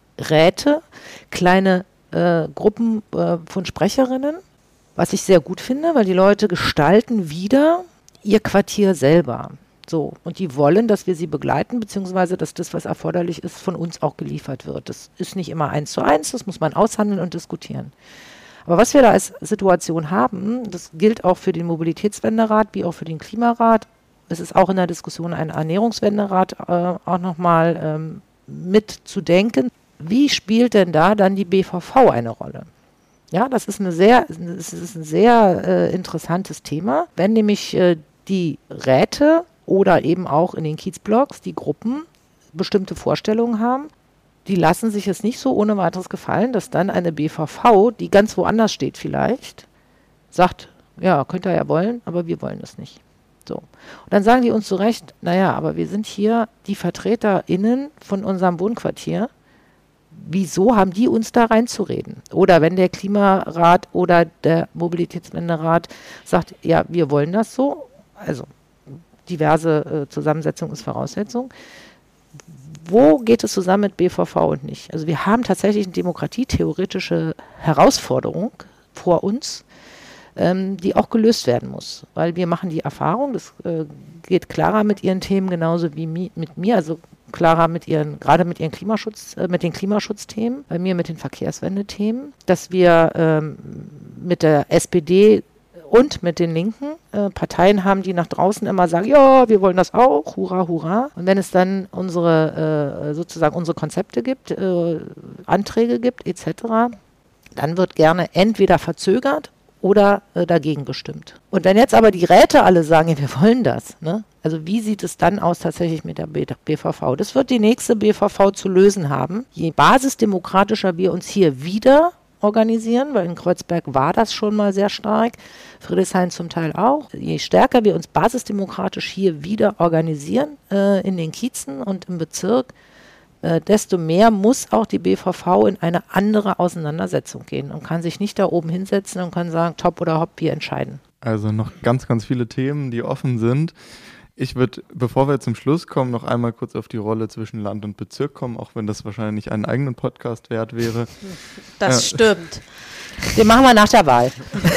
Räte, kleine Äh, Gruppen äh, von Sprecherinnen, was ich sehr gut finde, weil die Leute gestalten wieder ihr Quartier selber. So, und die wollen, dass wir sie begleiten, beziehungsweise dass das, was erforderlich ist, von uns auch geliefert wird. Das ist nicht immer eins zu eins, das muss man aushandeln und diskutieren. Aber was wir da als Situation haben, das gilt auch für den Mobilitätswenderat wie auch für den Klimarat. Es ist auch in der Diskussion ein Ernährungswenderat äh, auch nochmal ähm, mit zu denken. Wie spielt denn da dann die B V V eine Rolle? Ja, das ist, eine sehr, das ist ein sehr äh, interessantes Thema. Wenn nämlich äh, die Räte oder eben auch in den Kiezblocks die Gruppen bestimmte Vorstellungen haben, die lassen sich es nicht so ohne weiteres gefallen, dass dann eine B V V, die ganz woanders steht vielleicht, sagt, ja, könnt ihr ja wollen, aber wir wollen das nicht. So. Und dann sagen die uns zu Recht, naja, aber wir sind hier die VertreterInnen von unserem Wohnquartier. Wieso haben die uns da reinzureden? Oder wenn der Klimarat oder der Mobilitätswenderat sagt, ja, wir wollen das so, also diverse äh, Zusammensetzung ist Voraussetzung, wo geht es zusammen mit B V V und nicht? Also wir haben tatsächlich eine demokratietheoretische Herausforderung vor uns, ähm, die auch gelöst werden muss. Weil wir machen die Erfahrung, das äh, geht Clara mit ihren Themen genauso wie mi- mit mir, also Clara mit ihren, gerade mit ihren Klimaschutz, äh, mit den Klimaschutzthemen, bei mir mit den Verkehrswendethemen, dass wir ähm, mit der S P D und mit den Linken äh, Parteien haben, die nach draußen immer sagen, ja, wir wollen das auch, hurra, hurra. Und wenn es dann unsere, äh, sozusagen unsere Konzepte gibt, äh, Anträge gibt, et cetera, dann wird gerne entweder verzögert oder äh, dagegen gestimmt. Und wenn jetzt aber die Räte alle sagen, ja, wir wollen das, ne? Also wie sieht es dann aus tatsächlich mit der B V V? Das wird die nächste B V V zu lösen haben. Je basisdemokratischer wir uns hier wieder organisieren, weil in Kreuzberg war das schon mal sehr stark, Friedrichshain zum Teil auch. Je stärker wir uns basisdemokratisch hier wieder organisieren äh, in den Kiezen und im Bezirk, äh, desto mehr muss auch die B V V in eine andere Auseinandersetzung gehen und kann sich nicht da oben hinsetzen und kann sagen, top oder hopp, wir entscheiden. Also noch ganz, ganz viele Themen, die offen sind. Ich würde, bevor wir zum Schluss kommen, noch einmal kurz auf die Rolle zwischen Land und Bezirk kommen, auch wenn das wahrscheinlich einen eigenen Podcast wert wäre. Das ja. stimmt. Den machen wir nach der Wahl.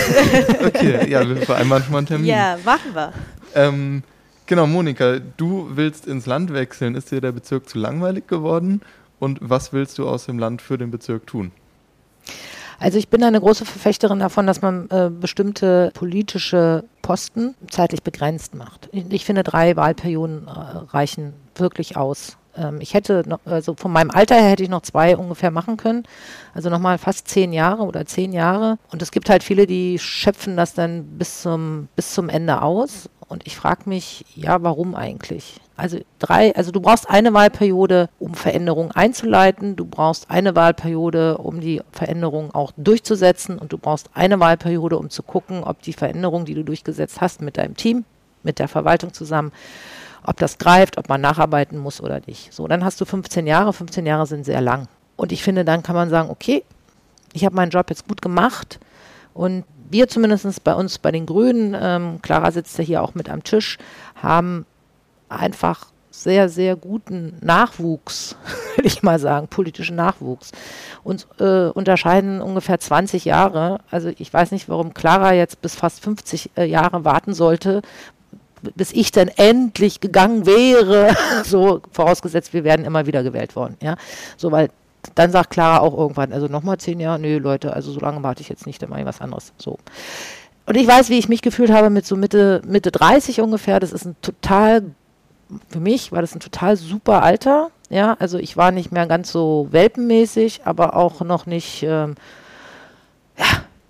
Okay, ja, wir vereinbaren schon mal einen Termin. Ja, machen wir. Ähm, genau, Monika, du willst ins Land wechseln. Ist dir der Bezirk zu langweilig geworden? Und was willst du aus dem Land für den Bezirk tun? Also ich bin eine große Verfechterin davon, dass man äh, bestimmte politische Posten zeitlich begrenzt macht. Ich, ich finde, drei Wahlperioden äh, reichen wirklich aus. Ähm, ich hätte, noch, also von meinem Alter her hätte ich noch zwei ungefähr machen können. Also nochmal fast zehn Jahre oder zehn Jahre. Und es gibt halt viele, die schöpfen das dann bis zum, bis zum Ende aus. Und ich frage mich, ja, warum eigentlich? Also drei, also du brauchst eine Wahlperiode, um Veränderungen einzuleiten, du brauchst eine Wahlperiode, um die Veränderungen auch durchzusetzen und du brauchst eine Wahlperiode, um zu gucken, ob die Veränderung, die du durchgesetzt hast mit deinem Team, mit der Verwaltung zusammen, ob das greift, ob man nacharbeiten muss oder nicht. So, dann hast du fünfzehn Jahre, fünfzehn Jahre sind sehr lang. Und ich finde, dann kann man sagen, okay, ich habe meinen Job jetzt gut gemacht und wir zumindest bei uns, bei den Grünen, ähm, Clara sitzt ja hier auch mit am Tisch, haben einfach sehr, sehr guten Nachwuchs, will ich mal sagen, politischen Nachwuchs. Uns äh, unterscheiden ungefähr zwanzig Jahre. Also ich weiß nicht, warum Clara jetzt bis fast fünfzig äh, Jahre warten sollte, bis ich dann endlich gegangen wäre. So, vorausgesetzt, wir werden immer wieder gewählt worden. Ja? So, weil dann sagt Clara auch irgendwann, also nochmal zehn Jahre, nö Leute, also so lange warte ich jetzt nicht, dann mache ich was anderes. So. Und ich weiß, wie ich mich gefühlt habe mit so Mitte, Mitte dreißig ungefähr. Das ist ein total, für mich war das ein total super Alter. Ja, also ich war nicht mehr ganz so welpenmäßig, aber auch noch nicht ähm, ja,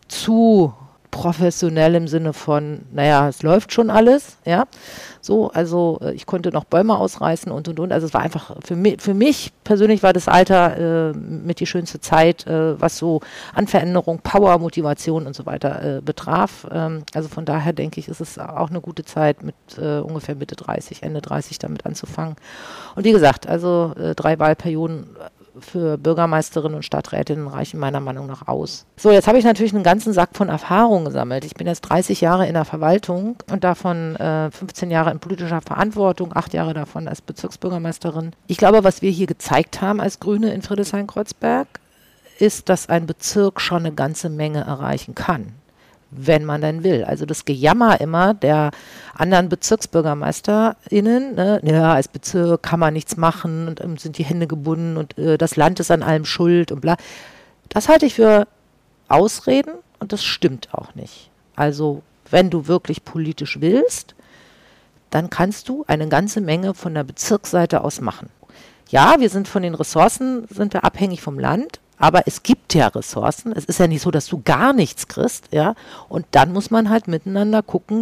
zu professionell im Sinne von, naja, es läuft schon alles, ja, so, also äh, ich konnte noch Bäume ausreißen und und und, also es war einfach, für mich, für mich persönlich war das Alter äh, mit die schönste Zeit, äh, was so an Veränderung, Power, Motivation und so weiter äh, betraf, ähm, also von daher denke ich, ist es auch eine gute Zeit mit äh, ungefähr Mitte dreißig, Ende dreißig damit anzufangen und wie gesagt, also äh, drei Wahlperioden für Bürgermeisterinnen und Stadträtinnen reichen meiner Meinung nach aus. So, jetzt habe ich natürlich einen ganzen Sack von Erfahrungen gesammelt. Ich bin jetzt dreißig Jahre in der Verwaltung und davon äh, fünfzehn Jahre in politischer Verantwortung, acht Jahre davon als Bezirksbürgermeisterin. Ich glaube, was wir hier gezeigt haben als Grüne in Friedrichshain-Kreuzberg, ist, dass ein Bezirk schon eine ganze Menge erreichen kann, wenn man denn will. Also das Gejammer immer der anderen BezirksbürgermeisterInnen, ne, ja, als Bezirk kann man nichts machen und ähm, sind die Hände gebunden und äh, das Land ist an allem schuld und bla. Das halte ich für Ausreden und das stimmt auch nicht. Also wenn du wirklich politisch willst, dann kannst du eine ganze Menge von der Bezirksseite aus machen. Ja, wir sind von den Ressourcen, sind wir abhängig vom Land, aber es gibt ja Ressourcen. Es ist ja nicht so, dass du gar nichts kriegst, ja. Und dann muss man halt miteinander gucken,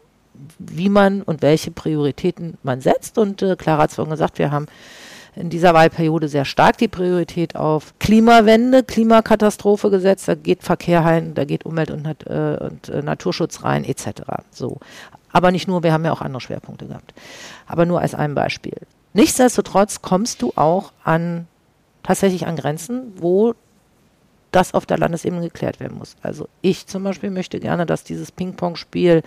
wie man und welche Prioritäten man setzt. Und äh, Clara hat es vorhin gesagt, wir haben in dieser Wahlperiode sehr stark die Priorität auf Klimawende, Klimakatastrophe gesetzt. Da geht Verkehr rein, da geht Umwelt- und, Nat- äh, und äh, Naturschutz rein, et cetera. So. Aber nicht nur, wir haben ja auch andere Schwerpunkte gehabt. Aber nur als ein Beispiel. Nichtsdestotrotz kommst du auch an tatsächlich an Grenzen, wo das auf der Landesebene geklärt werden muss. Also ich zum Beispiel möchte gerne, dass dieses Ping-Pong-Spiel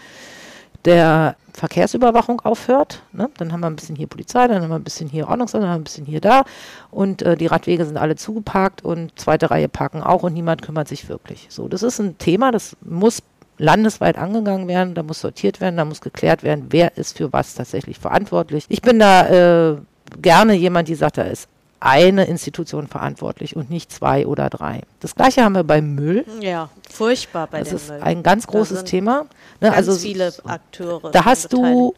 der Verkehrsüberwachung aufhört. Ne? Dann haben wir ein bisschen hier Polizei, dann haben wir ein bisschen hier Ordnungsamt, dann haben wir ein bisschen hier da und äh, die Radwege sind alle zugeparkt und zweite Reihe parken auch und niemand kümmert sich wirklich. So, das ist ein Thema, das muss landesweit angegangen werden, da muss sortiert werden, da muss geklärt werden, wer ist für was tatsächlich verantwortlich. Ich bin da äh, gerne jemand, die sagt, da ist eine Institution verantwortlich und nicht zwei oder drei. Das Gleiche haben wir beim Müll. Ja, furchtbar bei das dem ist Müll. ein ganz großes Thema. Ne? Ganz also viele Akteure. Da hast du,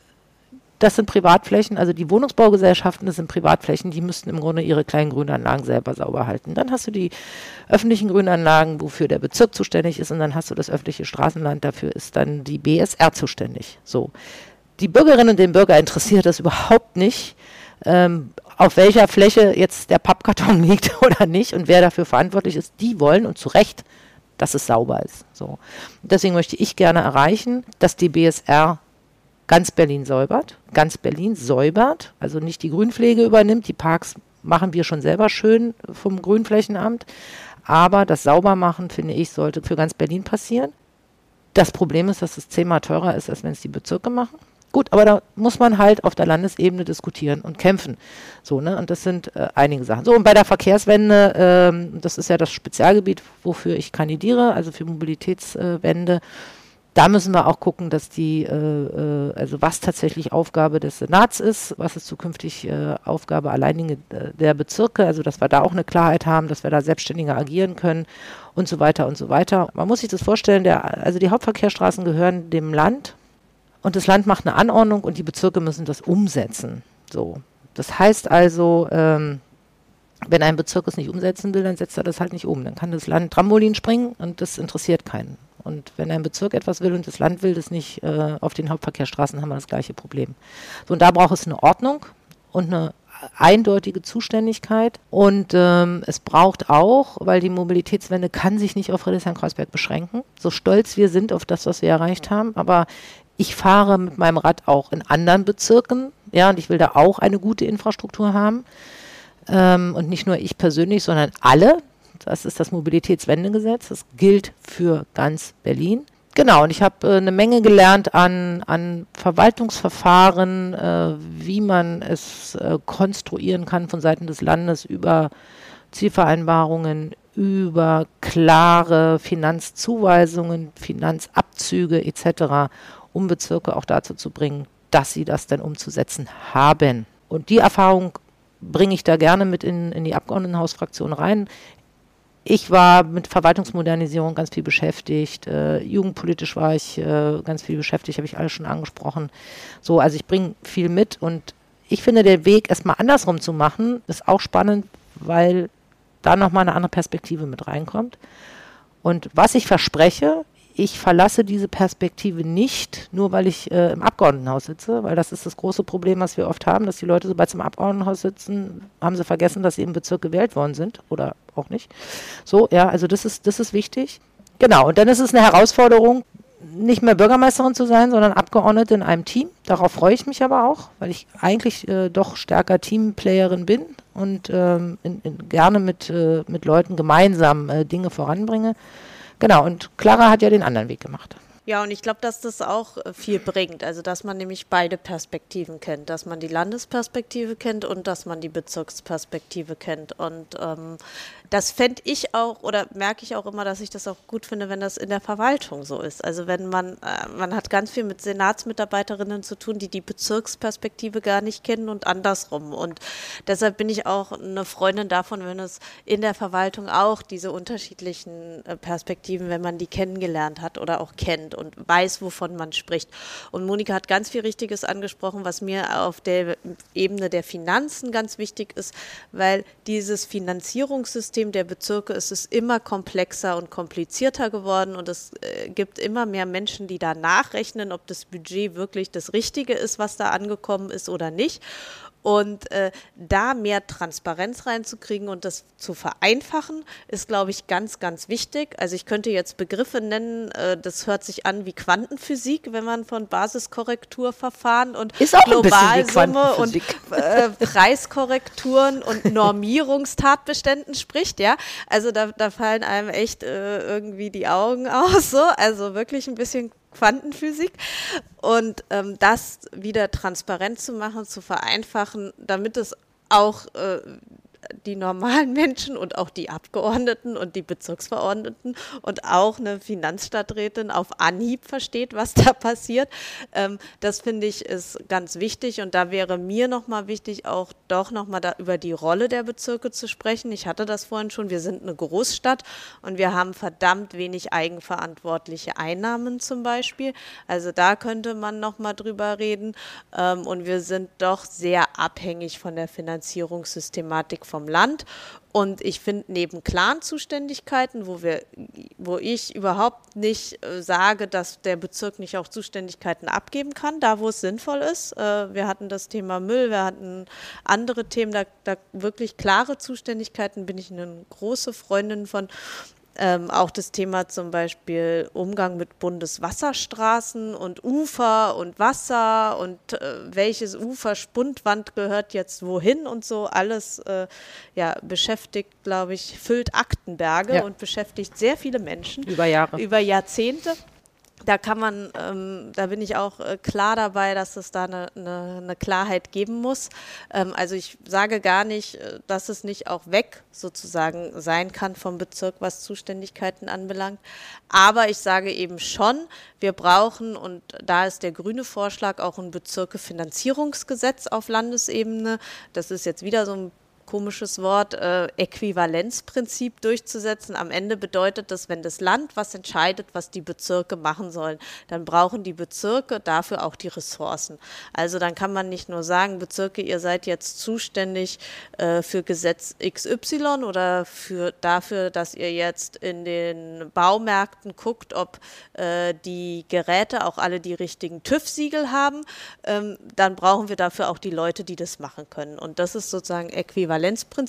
das sind Privatflächen, also die Wohnungsbaugesellschaften, das sind Privatflächen, die müssten im Grunde ihre kleinen Grünanlagen selber sauber halten. Dann hast du die öffentlichen Grünanlagen, wofür der Bezirk zuständig ist, und dann hast du das öffentliche Straßenland, dafür ist dann die B S R zuständig. So. Die Bürgerinnen und den Bürger interessiert das überhaupt nicht, ähm, auf welcher Fläche jetzt der Pappkarton liegt oder nicht und wer dafür verantwortlich ist. Die wollen, und zu Recht, dass es sauber ist. So. Und deswegen möchte ich gerne erreichen, dass die B S R ganz Berlin säubert, ganz Berlin säubert, also nicht die Grünpflege übernimmt, die Parks machen wir schon selber schön vom Grünflächenamt, aber das Saubermachen, finde ich, sollte für ganz Berlin passieren. Das Problem ist, dass es zehnmal teurer ist, als wenn es die Bezirke machen. Gut, aber da muss man halt auf der Landesebene diskutieren und kämpfen. So, ne? Und das sind äh, einige Sachen. So, und bei der Verkehrswende, ähm, das ist ja das Spezialgebiet, wofür ich kandidiere, also für Mobilitätswende, da müssen wir auch gucken, dass die, äh, äh, also was tatsächlich Aufgabe des Senats ist, was ist zukünftig äh, Aufgabe alleinigen äh, der Bezirke, also dass wir da auch eine Klarheit haben, dass wir da selbstständiger agieren können und so weiter und so weiter. Man muss sich das vorstellen, der, also die Hauptverkehrsstraßen gehören dem Land und das Land macht eine Anordnung und die Bezirke müssen das umsetzen. So, das heißt also, ähm, wenn ein Bezirk es nicht umsetzen will, dann setzt er das halt nicht um. Dann kann das Land Trampolin springen und das interessiert keinen. Und wenn ein Bezirk etwas will und das Land will das nicht, äh, auf den Hauptverkehrsstraßen haben wir das gleiche Problem. So, und da braucht es eine Ordnung und eine eindeutige Zuständigkeit. Und ähm, es braucht auch, weil die Mobilitätswende kann sich nicht auf Friedrichshain-Kreuzberg beschränken, so stolz wir sind auf das, was wir erreicht haben, aber ich fahre mit meinem Rad auch in anderen Bezirken, ja, und ich will da auch eine gute Infrastruktur haben. Ähm, und nicht nur ich persönlich, sondern alle. Das ist das Mobilitätswendegesetz. Das gilt für ganz Berlin. Genau, und ich habe äh, eine Menge gelernt an, an Verwaltungsverfahren, äh, wie man es äh, konstruieren kann von Seiten des Landes über Zielvereinbarungen, über klare Finanzzuweisungen, Finanzabzüge et cetera, um Bezirke auch dazu zu bringen, dass sie das dann umzusetzen haben. Und die Erfahrung bringe ich da gerne mit in, in die Abgeordnetenhausfraktion rein. Ich war mit Verwaltungsmodernisierung ganz viel beschäftigt, äh, jugendpolitisch war ich äh, ganz viel beschäftigt, habe ich alles schon angesprochen. So, also ich bringe viel mit und ich finde, der Weg erstmal andersrum zu machen, ist auch spannend, weil da nochmal eine andere Perspektive mit reinkommt. Und was ich verspreche, ich verlasse diese Perspektive nicht, nur weil ich äh, im Abgeordnetenhaus sitze, weil das ist das große Problem, was wir oft haben, dass die Leute, sobald sie im Abgeordnetenhaus sitzen, haben sie vergessen, dass sie im Bezirk gewählt worden sind oder auch nicht. So, ja, also das ist, das ist wichtig. Genau, und dann ist es eine Herausforderung, nicht mehr Bürgermeisterin zu sein, sondern Abgeordnete in einem Team. Darauf freue ich mich aber auch, weil ich eigentlich äh, doch stärker Teamplayerin bin und ähm, in, in, gerne mit, äh, mit Leuten gemeinsam äh, Dinge voranbringe. Genau, und Clara hat ja den anderen Weg gemacht. Ja, und ich glaube, dass das auch viel bringt, also dass man nämlich beide Perspektiven kennt, dass man die Landesperspektive kennt und dass man die Bezirksperspektive kennt und ähm, das fände ich auch oder merke ich auch immer, dass ich das auch gut finde, wenn das in der Verwaltung so ist. Also wenn man, äh, man hat ganz viel mit Senatsmitarbeiterinnen zu tun, die die Bezirksperspektive gar nicht kennen und andersrum und deshalb bin ich auch eine Freundin davon, wenn es in der Verwaltung auch diese unterschiedlichen äh, Perspektiven, wenn man die kennengelernt hat oder auch kennt und weiß, wovon man spricht. Und Monika hat ganz viel Richtiges angesprochen, was mir auf der Ebene der Finanzen ganz wichtig ist, weil dieses Finanzierungssystem der Bezirke ist es immer komplexer und komplizierter geworden und es äh, gibt immer mehr Menschen, die da nachrechnen, ob das Budget wirklich das Richtige ist, was da angekommen ist oder nicht. Und äh, da mehr Transparenz reinzukriegen und das zu vereinfachen, ist, glaube ich, ganz, ganz wichtig. Also ich könnte jetzt Begriffe nennen, äh, das hört sich an wie Quantenphysik, wenn man von Basiskorrekturverfahren und Globalsumme und äh, Preiskorrekturen und Normierungstatbeständen spricht. Ja, also da, da fallen einem echt äh, irgendwie die Augen aus. So. Also wirklich ein bisschen Quantenphysik und ähm, das wieder transparent zu machen, zu vereinfachen, damit es auch äh, die normalen Menschen und auch die Abgeordneten und die Bezirksverordneten und auch eine Finanzstadträtin auf Anhieb versteht, was da passiert. Ähm, das finde ich ist ganz wichtig und da wäre mir nochmal wichtig, auch doch nochmal da über die Rolle der Bezirke zu sprechen. Ich hatte das vorhin schon, wir sind eine Großstadt und wir haben verdammt wenig eigenverantwortliche Einnahmen zum Beispiel. Also da könnte man nochmal drüber reden ähm, und wir sind doch sehr abhängig von der Finanzierungssystematik vom Land. Und ich finde, neben klaren Zuständigkeiten, wo wir, wo ich überhaupt nicht äh, sage, dass der Bezirk nicht auch Zuständigkeiten abgeben kann, da wo es sinnvoll ist. Äh, wir hatten das Thema Müll, wir hatten andere Themen, da, da wirklich klare Zuständigkeiten bin ich eine große Freundin von. Ähm, auch das Thema zum Beispiel Umgang mit Bundeswasserstraßen und Ufer und Wasser und äh, welches Ufer, Spundwand gehört jetzt wohin und so, alles äh, ja, beschäftigt, glaube ich, füllt Aktenberge ja. und beschäftigt sehr viele Menschen. Über Jahre. Über Jahrzehnte. Da kann man, ähm, da bin ich auch äh, klar dabei, dass es da eine, eine, eine Klarheit geben muss. Ähm, also ich sage gar nicht, dass es nicht auch weg sozusagen sein kann vom Bezirk, was Zuständigkeiten anbelangt. Aber ich sage eben schon, wir brauchen, und da ist der grüne Vorschlag, auch ein Bezirkefinanzierungsgesetz auf Landesebene. Das ist jetzt wieder so ein komisches Wort, äh, Äquivalenzprinzip durchzusetzen. Am Ende bedeutet das, wenn das Land was entscheidet, was die Bezirke machen sollen, dann brauchen die Bezirke dafür auch die Ressourcen. Also dann kann man nicht nur sagen, Bezirke, ihr seid jetzt zuständig äh, für Gesetz X Y oder für, dafür, dass ihr jetzt in den Baumärkten guckt, ob äh, die Geräte auch alle die richtigen TÜV-Siegel haben. Ähm, dann brauchen wir dafür auch die Leute, die das machen können. Und das ist sozusagen Äquivalenzprinzip,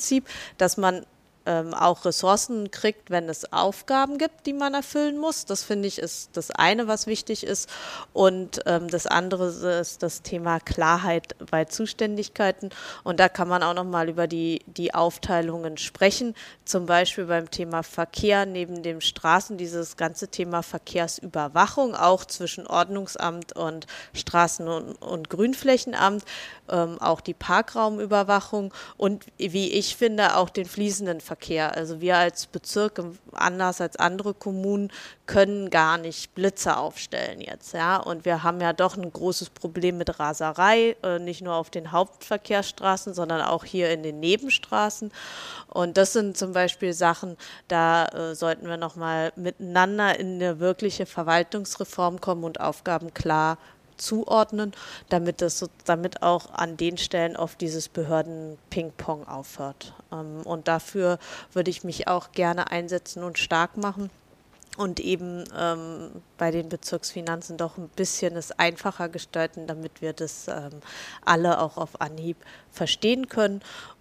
dass man ähm, auch Ressourcen kriegt, wenn es Aufgaben gibt, die man erfüllen muss. Das finde ich ist das eine, was wichtig ist. Und ähm, das andere ist das Thema Klarheit bei Zuständigkeiten. Und da kann man auch nochmal über die, die Aufteilungen sprechen. Zum Beispiel beim Thema Verkehr neben dem Straßen, dieses ganze Thema Verkehrsüberwachung, auch zwischen Ordnungsamt und Straßen- und, und Grünflächenamt, ähm, auch die Parkraumüberwachung und wie ich finde auch den fließenden Verkehr. Also wir als Bezirk, anders als andere Kommunen, können gar nicht Blitze aufstellen jetzt, ja. Und wir haben ja doch ein großes Problem mit Raserei, äh, nicht nur auf den Hauptverkehrsstraßen, sondern auch hier in den Nebenstraßen. Und das sind zum Beispiel Sachen, da äh, sollten wir nochmal miteinander in eine wirkliche Verwaltungsreform kommen und Aufgaben klar zuordnen, damit das so, damit auch an den Stellen oft dieses Behörden-Ping-Pong aufhört. Ähm, und dafür würde ich mich auch gerne einsetzen und stark machen und eben ähm, bei den Bezirksfinanzen doch ein bisschen es einfacher gestalten, damit wir das ähm, alle auch auf Anhieb verstehen können.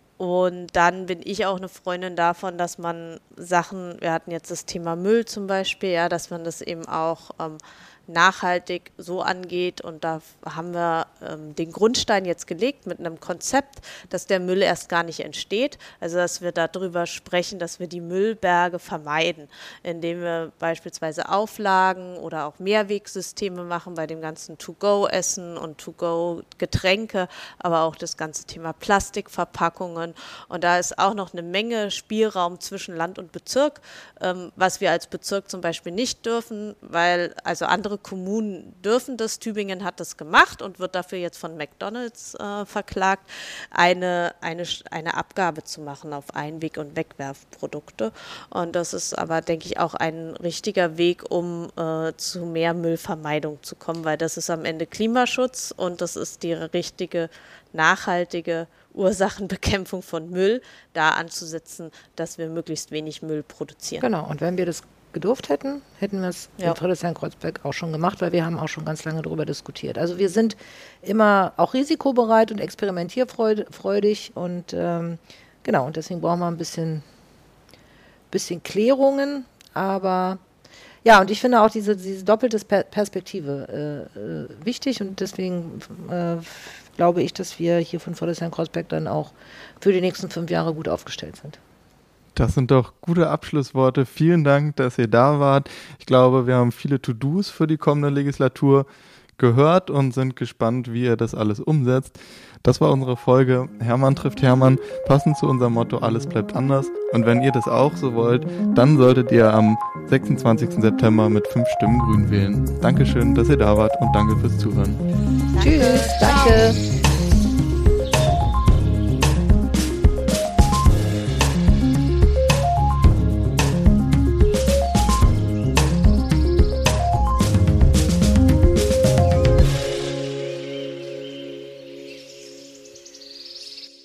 Und dann bin ich auch eine Freundin davon, dass man Sachen, wir hatten jetzt das Thema Müll zum Beispiel, ja, dass man das eben auch ähm, nachhaltig so angeht und da haben wir ähm, den Grundstein jetzt gelegt mit einem Konzept, dass der Müll erst gar nicht entsteht, also dass wir darüber sprechen, dass wir die Müllberge vermeiden, indem wir beispielsweise Auflagen oder auch Mehrwegsysteme machen bei dem ganzen To-Go-Essen und To-Go-Getränke, aber auch das ganze Thema Plastikverpackungen und da ist auch noch eine Menge Spielraum zwischen Land und Bezirk, ähm, was wir als Bezirk zum Beispiel nicht dürfen, weil also andere Kommunen dürfen das, Tübingen hat das gemacht und wird dafür jetzt von McDonald's äh, verklagt, eine, eine, eine Abgabe zu machen auf Einweg- und Wegwerfprodukte. Und das ist aber, denke ich, auch ein richtiger Weg, um äh, zu mehr Müllvermeidung zu kommen, weil das ist am Ende Klimaschutz und das ist die richtige, nachhaltige Ursachenbekämpfung von Müll, da anzusetzen, dass wir möglichst wenig Müll produzieren. Genau, und wenn wir das gedurft hätten, hätten wir es ja. in Friedrichshain-Kreuzberg auch schon gemacht, weil wir haben auch schon ganz lange darüber diskutiert. Also wir sind immer auch risikobereit und experimentierfreudig und ähm, genau, und deswegen brauchen wir ein bisschen, bisschen Klärungen, aber ja, und ich finde auch diese, diese doppelte per- Perspektive äh, äh, wichtig und deswegen äh, glaube ich, dass wir hier von Friedrichshain-Kreuzberg dann auch für die nächsten fünf Jahre gut aufgestellt sind. Das sind doch gute Abschlussworte. Vielen Dank, dass ihr da wart. Ich glaube, wir haben viele To-Dos für die kommende Legislatur. gehört und sind gespannt, wie ihr das alles umsetzt. Das war unsere Folge Hermann trifft Hermann, passend zu unserem Motto Alles bleibt anders. Und wenn ihr das auch so wollt, dann solltet ihr am sechsundzwanzigsten September mit fünf Stimmen Grün wählen. Dankeschön, dass ihr da wart und danke fürs Zuhören. Tschüss, danke.